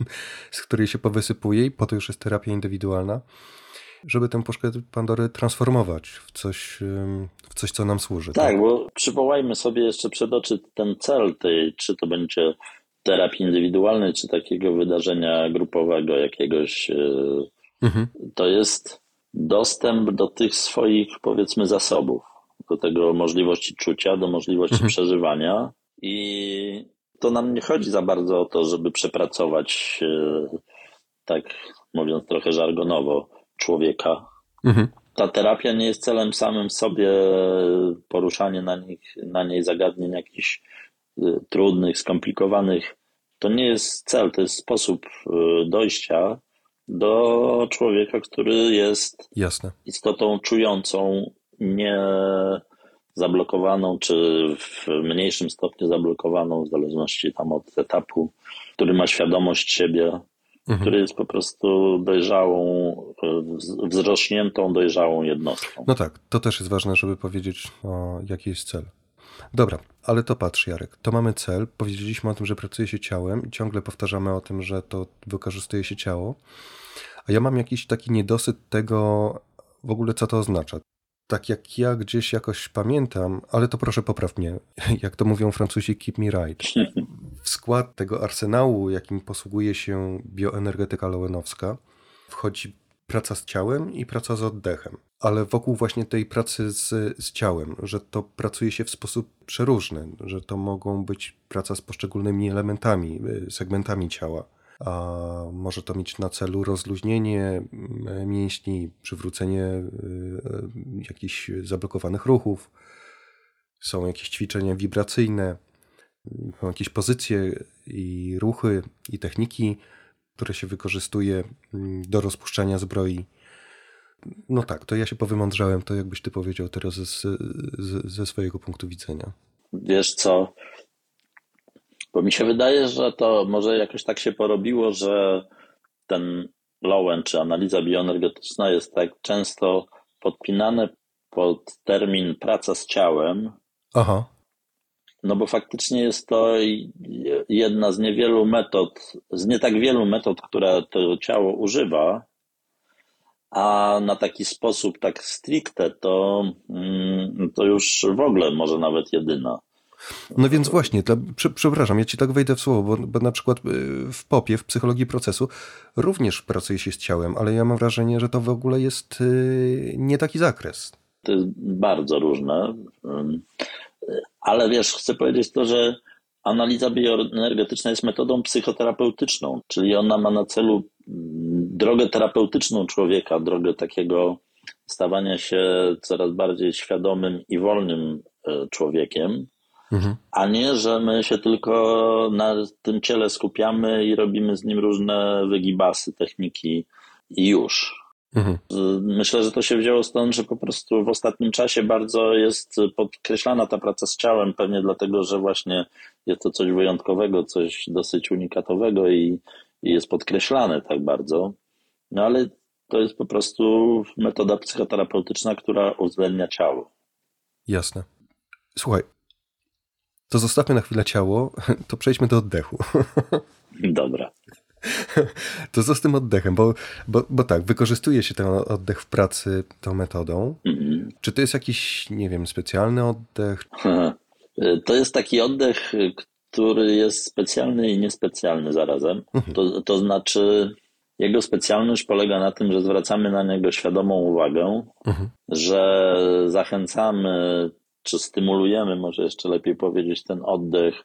z której się powysypuje, i po to już jest terapia indywidualna, żeby tę puszkę Pandory transformować w coś, w coś, co nam służy. Tak, tak, bo przywołajmy sobie jeszcze przed oczy ten cel tej, czy to będzie terapii indywidualnej, czy takiego wydarzenia grupowego jakiegoś. Mhm. To jest dostęp do tych swoich, powiedzmy, zasobów, do tego możliwości czucia, do możliwości mhm. przeżywania, i to nam nie chodzi za bardzo o to, żeby przepracować, tak mówiąc trochę żargonowo, człowieka. Mhm. Ta terapia nie jest celem samym w sobie, poruszanie na, nich, na niej zagadnień jakichś trudnych, skomplikowanych. To nie jest cel, to jest sposób dojścia do człowieka, który jest Jasne. istotą czującą, nie zablokowaną, czy w mniejszym stopniu zablokowaną, w zależności tam od etapu, który ma świadomość siebie, mhm. który jest po prostu dojrzałą, wzrośniętą, dojrzałą jednostką. No tak, to też jest ważne, żeby powiedzieć, o, jaki jest cel. Dobra, ale to patrz, Jarek, to mamy cel, powiedzieliśmy o tym, że pracuje się ciałem i ciągle powtarzamy o tym, że to wykorzystuje się ciało, a ja mam jakiś taki niedosyt tego w ogóle, co to oznacza. Tak jak ja gdzieś jakoś pamiętam, ale to proszę popraw mnie, jak to mówią Francuzi, keep me right. W skład tego arsenału, jakim posługuje się bioenergetyka lowenowska, wchodzi praca z ciałem i praca z oddechem. Ale wokół właśnie tej pracy z, z ciałem, że to pracuje się w sposób przeróżny, że to mogą być praca z poszczególnymi elementami, segmentami ciała. A może to mieć na celu rozluźnienie mięśni, przywrócenie jakichś zablokowanych ruchów. Są jakieś ćwiczenia wibracyjne, są jakieś pozycje i ruchy i techniki, które się wykorzystuje do rozpuszczania zbroi. No tak, to ja się powymądrzałem, to jakbyś ty powiedział teraz ze, ze, ze swojego punktu widzenia. Wiesz co, bo mi się wydaje, że to może jakoś tak się porobiło, że ten Lowen czy analiza bioenergetyczna jest tak często podpinane pod termin praca z ciałem. Aha. No bo faktycznie jest to jedna z niewielu metod, z nie tak wielu metod, które to ciało używa, a na taki sposób tak stricte to, mm, to już w ogóle może nawet jedyna. No więc właśnie, to, prze, przepraszam, ja ci tak wejdę w słowo, bo, bo na przykład w popie, w psychologii procesu również pracuje się z ciałem, ale ja mam wrażenie, że to w ogóle jest yy, nie taki zakres. To jest bardzo różne, ale wiesz, chcę powiedzieć to, że analiza bioenergetyczna jest metodą psychoterapeutyczną, czyli ona ma na celu drogę terapeutyczną człowieka, drogę takiego stawania się coraz bardziej świadomym i wolnym człowiekiem, mhm. a nie, że my się tylko na tym ciele skupiamy i robimy z nim różne wygibasy, techniki i już. Mhm. Myślę, że to się wzięło stąd, że po prostu w ostatnim czasie bardzo jest podkreślana ta praca z ciałem, pewnie dlatego, że właśnie jest to coś wyjątkowego, coś dosyć unikatowego i, i jest podkreślane tak bardzo. No ale to jest po prostu metoda psychoterapeutyczna, która uwzględnia ciało. Jasne. Słuchaj, to zostawmy na chwilę ciało, to przejdźmy do oddechu. Dobra. To co z tym oddechem? Bo, bo, bo tak, wykorzystuje się ten oddech w pracy tą metodą. Mm-hmm. Czy to jest jakiś, nie wiem, specjalny oddech? To jest taki oddech, który jest specjalny i niespecjalny zarazem. Mm-hmm. To, to znaczy, jego specjalność polega na tym, że zwracamy na niego świadomą uwagę, mm-hmm. że zachęcamy, czy stymulujemy, może jeszcze lepiej powiedzieć, ten oddech,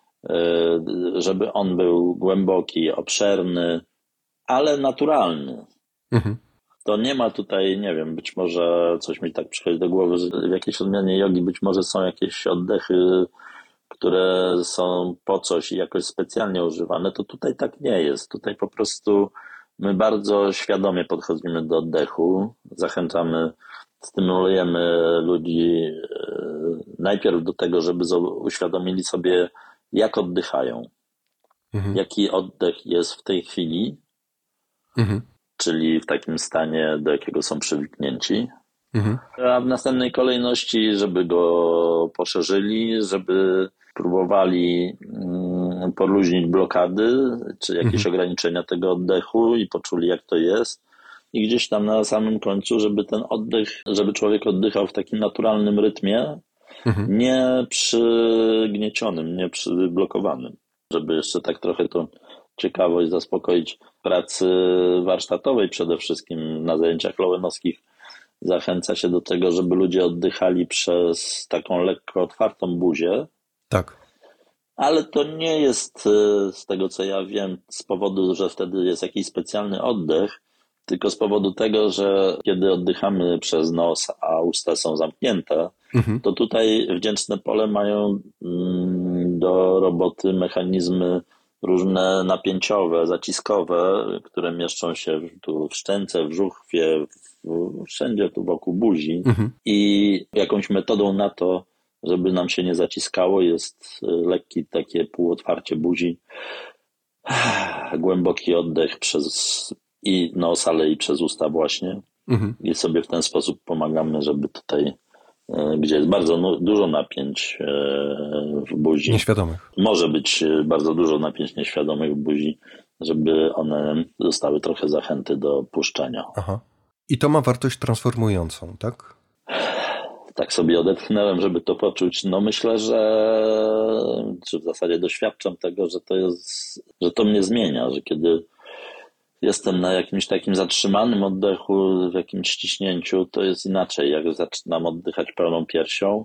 żeby on był głęboki, obszerny, ale naturalny. Mhm. To nie ma tutaj, nie wiem, być może coś mi tak przychodzi do głowy, że w jakiejś odmianie jogi być może są jakieś oddechy, które są po coś i jakoś specjalnie używane, to tutaj tak nie jest. Tutaj po prostu my bardzo świadomie podchodzimy do oddechu, zachęcamy, stymulujemy ludzi najpierw do tego, żeby uświadomili sobie, jak oddychają, mhm. jaki oddech jest w tej chwili, mhm. czyli w takim stanie, do jakiego są przywyknięci, mhm. a w następnej kolejności, żeby go poszerzyli, żeby próbowali mm, poluźnić blokady, czy jakieś mhm. ograniczenia tego oddechu i poczuli, jak to jest. I gdzieś tam na samym końcu, żeby ten oddech, żeby człowiek oddychał w takim naturalnym rytmie, Mhm. nie przygniecionym, nie przyblokowanym. Żeby jeszcze tak trochę tą ciekawość zaspokoić pracy warsztatowej przede wszystkim na zajęciach lowenowskich zachęca się do tego, żeby ludzie oddychali przez taką lekko otwartą buzię. Tak. Ale to nie jest, z tego co ja wiem, z powodu, że wtedy jest jakiś specjalny oddech, tylko z powodu tego, że kiedy oddychamy przez nos, a usta są zamknięte, mhm. to tutaj wdzięczne pole mają do roboty mechanizmy różne napięciowe, zaciskowe, które mieszczą się tu w szczęce, w żuchwie, w, wszędzie tu wokół buzi. Mhm. I jakąś metodą na to, żeby nam się nie zaciskało, jest lekki takie półotwarcie buzi, głęboki oddech przez i nos, ale i przez usta właśnie. Mhm. I sobie w ten sposób pomagamy, żeby tutaj, gdzie jest bardzo no, dużo napięć w buzi. Nieświadomych. Może być bardzo dużo napięć nieświadomych w buzi, żeby one dostały trochę zachęty do puszczenia. Aha. I to ma wartość transformującą, tak? Tak sobie odetchnąłem, żeby to poczuć. No myślę, że czy w zasadzie doświadczam tego, że to jest, że to mnie zmienia, że kiedy jestem na jakimś takim zatrzymanym oddechu, w jakimś ściśnięciu, to jest inaczej. Jak zaczynam oddychać pełną piersią,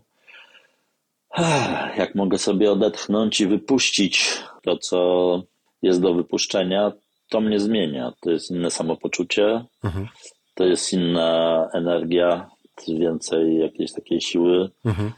jak mogę sobie odetchnąć i wypuścić to, co jest do wypuszczenia, to mnie zmienia. To jest inne samopoczucie, mhm. to jest inna energia, więcej jakiejś takiej siły. Mhm.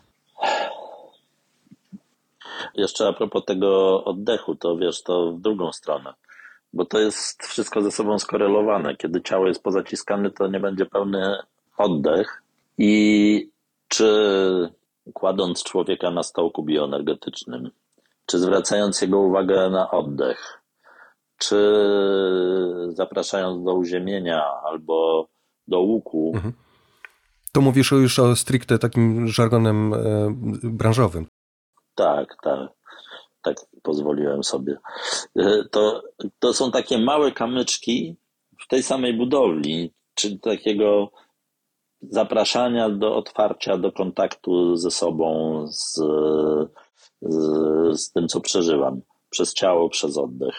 Jeszcze a propos tego oddechu, to wiesz, to w drugą stronę. Bo to jest wszystko ze sobą skorelowane. Kiedy ciało jest pozaciskane, to nie będzie pełny oddech. I czy kładąc człowieka na stołku bioenergetycznym, czy zwracając jego uwagę na oddech, czy zapraszając do uziemienia albo do łuku. Mhm. To mówisz już o stricte takim żargonem e, branżowym. Tak, tak. Tak pozwoliłem sobie. To, to są takie małe kamyczki w tej samej budowli, czyli takiego zapraszania do otwarcia, do kontaktu ze sobą, z, z, z tym, co przeżywam. Przez ciało, przez oddech.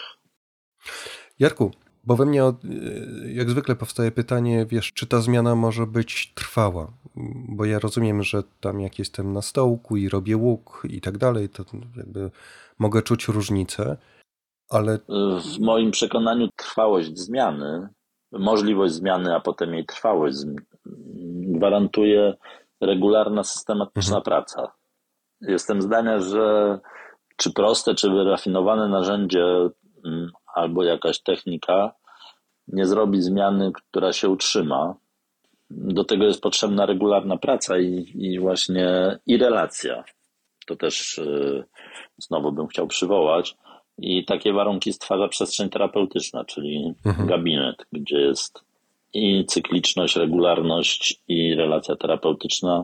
Jarku, bo we mnie od, jak zwykle powstaje pytanie, wiesz, czy ta zmiana może być trwała? Bo ja rozumiem, że tam jak jestem na stołku i robię łuk i tak dalej, to jakby mogę czuć różnicę, ale... W moim przekonaniu trwałość zmiany, możliwość zmiany, a potem jej trwałość gwarantuje regularna, systematyczna mhm. praca. Jestem zdania, że czy proste, czy wyrafinowane narzędzie albo jakaś technika nie zrobi zmiany, która się utrzyma. Do tego jest potrzebna regularna praca i, i właśnie i relacja. To też yy, znowu bym chciał przywołać. I takie warunki stwarza przestrzeń terapeutyczna, czyli mhm. gabinet, gdzie jest i cykliczność, regularność i relacja terapeutyczna,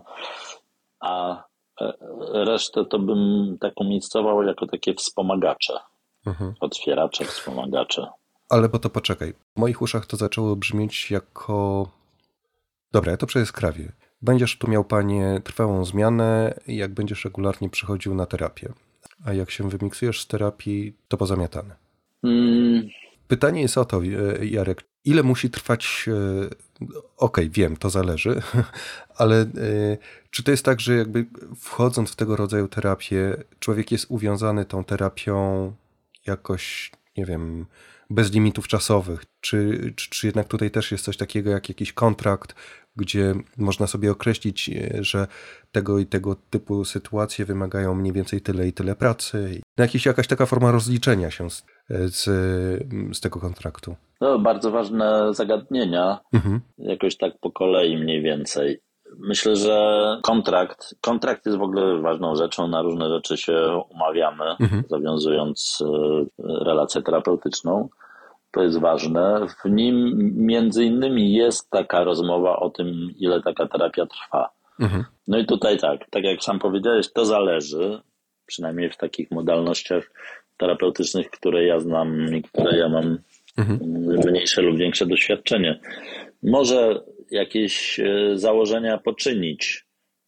a resztę to bym tak umiejscował jako takie wspomagacze. Mhm. Otwieracze, wspomagacze. Ale bo to poczekaj. W moich uszach to zaczęło brzmieć jako... Dobra, ja to przejaskrawię. Będziesz tu miał, panie, trwałą zmianę, jak będziesz regularnie przychodził na terapię. A jak się wymiksujesz z terapii, to pozamiatane. Mm. Pytanie jest o to, Jarek, ile musi trwać... Okej, okay, wiem, to zależy, ale czy to jest tak, że jakby wchodząc w tego rodzaju terapię, człowiek jest uwiązany tą terapią jakoś, nie wiem, bez limitów czasowych? Czy, czy, czy jednak tutaj też jest coś takiego jak jakiś kontrakt, gdzie można sobie określić, że tego i tego typu sytuacje wymagają mniej więcej tyle i tyle pracy? Jakiś, jakaś taka forma rozliczenia się z, z, z tego kontraktu? No, bardzo ważne zagadnienia, mhm. jakoś tak po kolei mniej więcej. Myślę, że kontrakt, kontrakt jest w ogóle ważną rzeczą, na różne rzeczy się umawiamy, mhm. zawiązując relację terapeutyczną. To jest ważne. W nim między innymi jest taka rozmowa o tym, ile taka terapia trwa. Mhm. No i tutaj tak, tak jak sam powiedziałeś, to zależy, przynajmniej w takich modalnościach terapeutycznych, które ja znam i które ja mam mhm. mniejsze lub większe doświadczenie. Może jakieś założenia poczynić,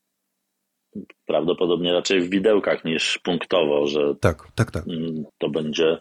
prawdopodobnie raczej w widełkach niż punktowo, że tak, tak, tak. to będzie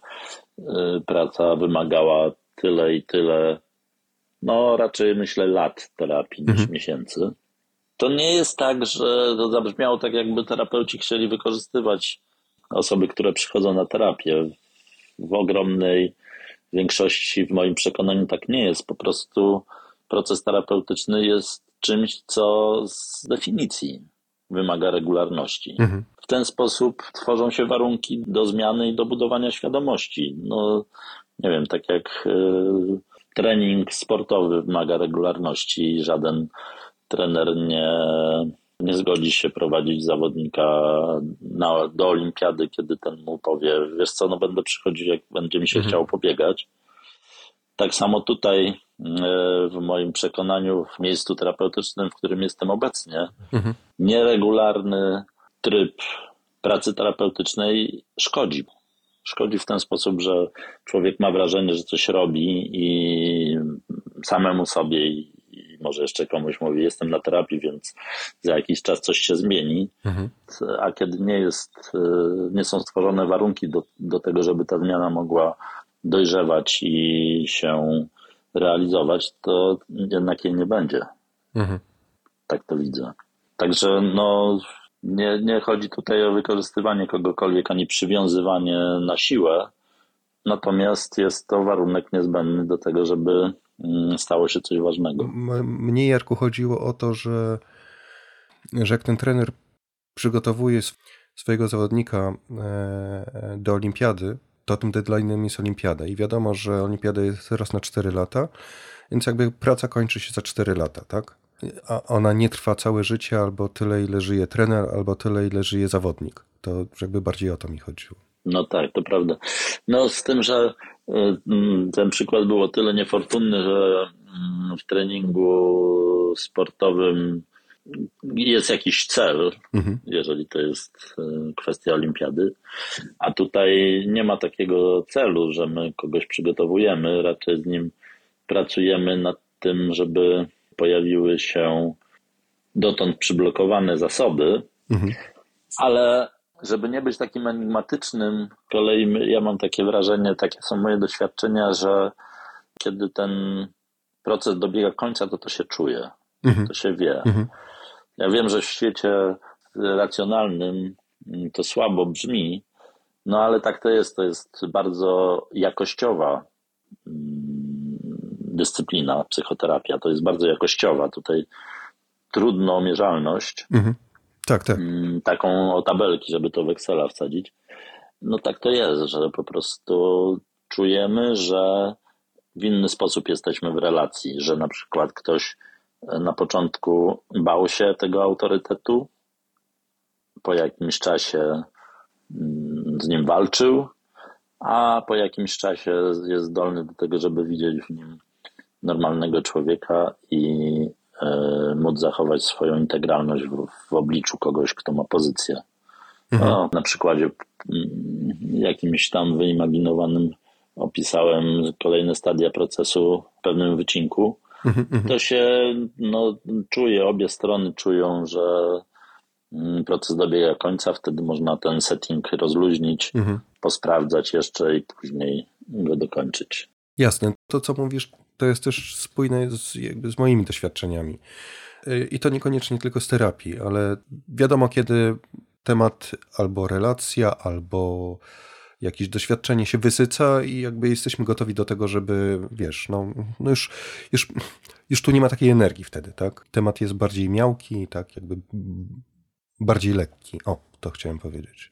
praca wymagała tyle i tyle, no raczej myślę lat terapii niż mhm. miesięcy. To nie jest tak, że to zabrzmiało tak, jakby terapeuci chcieli wykorzystywać osoby, które przychodzą na terapię. W ogromnej większości, w moim przekonaniu, tak nie jest. Po prostu proces terapeutyczny jest czymś, co z definicji wymaga regularności. Mhm. W ten sposób tworzą się warunki do zmiany i do budowania świadomości. No, nie wiem, tak jak y, trening sportowy wymaga regularności, żaden trener nie, nie zgodzi się prowadzić zawodnika na, do olimpiady, kiedy ten mu powie, wiesz co, no będę przychodził, jak będzie mi się mhm. chciało pobiegać. Tak samo tutaj w moim przekonaniu w miejscu terapeutycznym, w którym jestem obecnie, mhm. nieregularny tryb pracy terapeutycznej szkodzi. Szkodzi w ten sposób, że człowiek ma wrażenie, że coś robi i samemu sobie i może jeszcze komuś mówi, jestem na terapii, więc za jakiś czas coś się zmieni. Mhm. A kiedy nie jest, nie są stworzone warunki do, do tego, żeby ta zmiana mogła dojrzewać i się realizować, to jednak jej nie będzie. Mhm. Tak to widzę. Także no, nie, nie chodzi tutaj o wykorzystywanie kogokolwiek, ani przywiązywanie na siłę, natomiast jest to warunek niezbędny do tego, żeby stało się coś ważnego. Mnie, Jarku, chodziło o to, że, że jak ten trener przygotowuje swojego zawodnika do olimpiady, to tym deadline'em jest olimpiada i wiadomo, że olimpiada jest raz na cztery lata, więc jakby praca kończy się za cztery lata, tak? A ona nie trwa całe życie, albo tyle, ile żyje trener, albo tyle, ile żyje zawodnik. To jakby bardziej o to mi chodziło. No tak, to prawda. No z tym, że ten przykład był o tyle niefortunny, że w treningu sportowym jest jakiś cel, mhm. jeżeli to jest kwestia olimpiady, a tutaj nie ma takiego celu, że my kogoś przygotowujemy, raczej z nim pracujemy nad tym, żeby pojawiły się dotąd przyblokowane zasoby, mhm. ale żeby nie być takim enigmatycznym, z kolei ja mam takie wrażenie, takie są moje doświadczenia, że kiedy ten proces dobiega końca, to to się czuje, mhm. to się wie. Mhm. Ja wiem, że w świecie racjonalnym to słabo brzmi, no ale tak to jest, to jest bardzo jakościowa dyscyplina, psychoterapia, to jest bardzo jakościowa. Tutaj trudno mierzalność, mhm. tak, tak. taką o tabelki, żeby to w Excela wsadzić. No tak to jest, że po prostu czujemy, że w inny sposób jesteśmy w relacji, że na przykład ktoś na początku bał się tego autorytetu, po jakimś czasie z nim walczył, a po jakimś czasie jest zdolny do tego, żeby widzieć w nim normalnego człowieka i móc zachować swoją integralność w, w obliczu kogoś, kto ma pozycję. Mhm. No, na przykładzie jakimś tam wyimaginowanym opisałem kolejne stadia procesu w pewnym wycinku. Mhm, to się no, czuje, obie strony czują, że proces dobiega końca, wtedy można ten setting rozluźnić, mhm. posprawdzać jeszcze i później go dokończyć. Jasne. To, co mówisz, to jest też spójne z, jakby z moimi doświadczeniami. I to niekoniecznie tylko z terapii, ale wiadomo, kiedy temat albo relacja, albo jakieś doświadczenie się wysyca i jakby jesteśmy gotowi do tego, żeby, wiesz, no, no już, już, już tu nie ma takiej energii wtedy, tak? Temat jest bardziej miałki, tak, jakby bardziej lekki. O, to chciałem powiedzieć.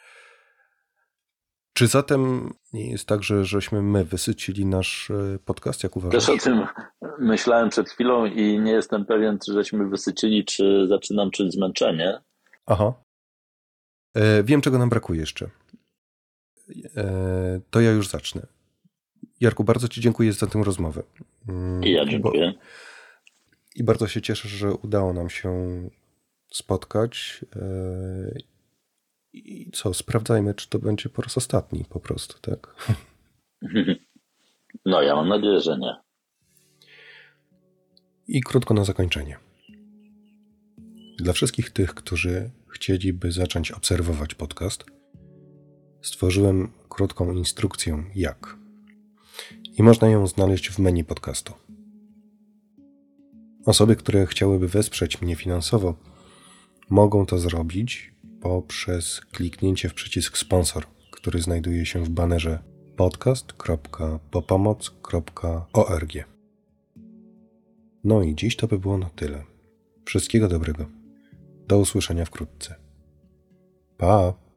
Czy zatem nie jest tak, że żeśmy my wysycili nasz podcast, jak uważasz? Też o tym myślałem przed chwilą i nie jestem pewien, czy żeśmy wysycili, czy zaczynam czuć zmęczenie. Aha. E, wiem, czego nam brakuje jeszcze. E, to ja już zacznę. Jarku, bardzo Ci dziękuję za tę rozmowę. I ja dziękuję. Bo, I bardzo się cieszę, że udało nam się spotkać. E, I co, sprawdzajmy, czy to będzie po raz ostatni po prostu, tak? No, ja mam nadzieję, że nie. I krótko na zakończenie. Dla wszystkich tych, którzy chcieliby zacząć obserwować podcast, stworzyłem krótką instrukcję jak. I można ją znaleźć w menu podcastu. Osoby, które chciałyby wesprzeć mnie finansowo, mogą to zrobić poprzez kliknięcie w przycisk sponsor, który znajduje się w banerze podcast kropka popamoc kropka org. No i dziś to by było na tyle. Wszystkiego dobrego. Do usłyszenia wkrótce. Pa!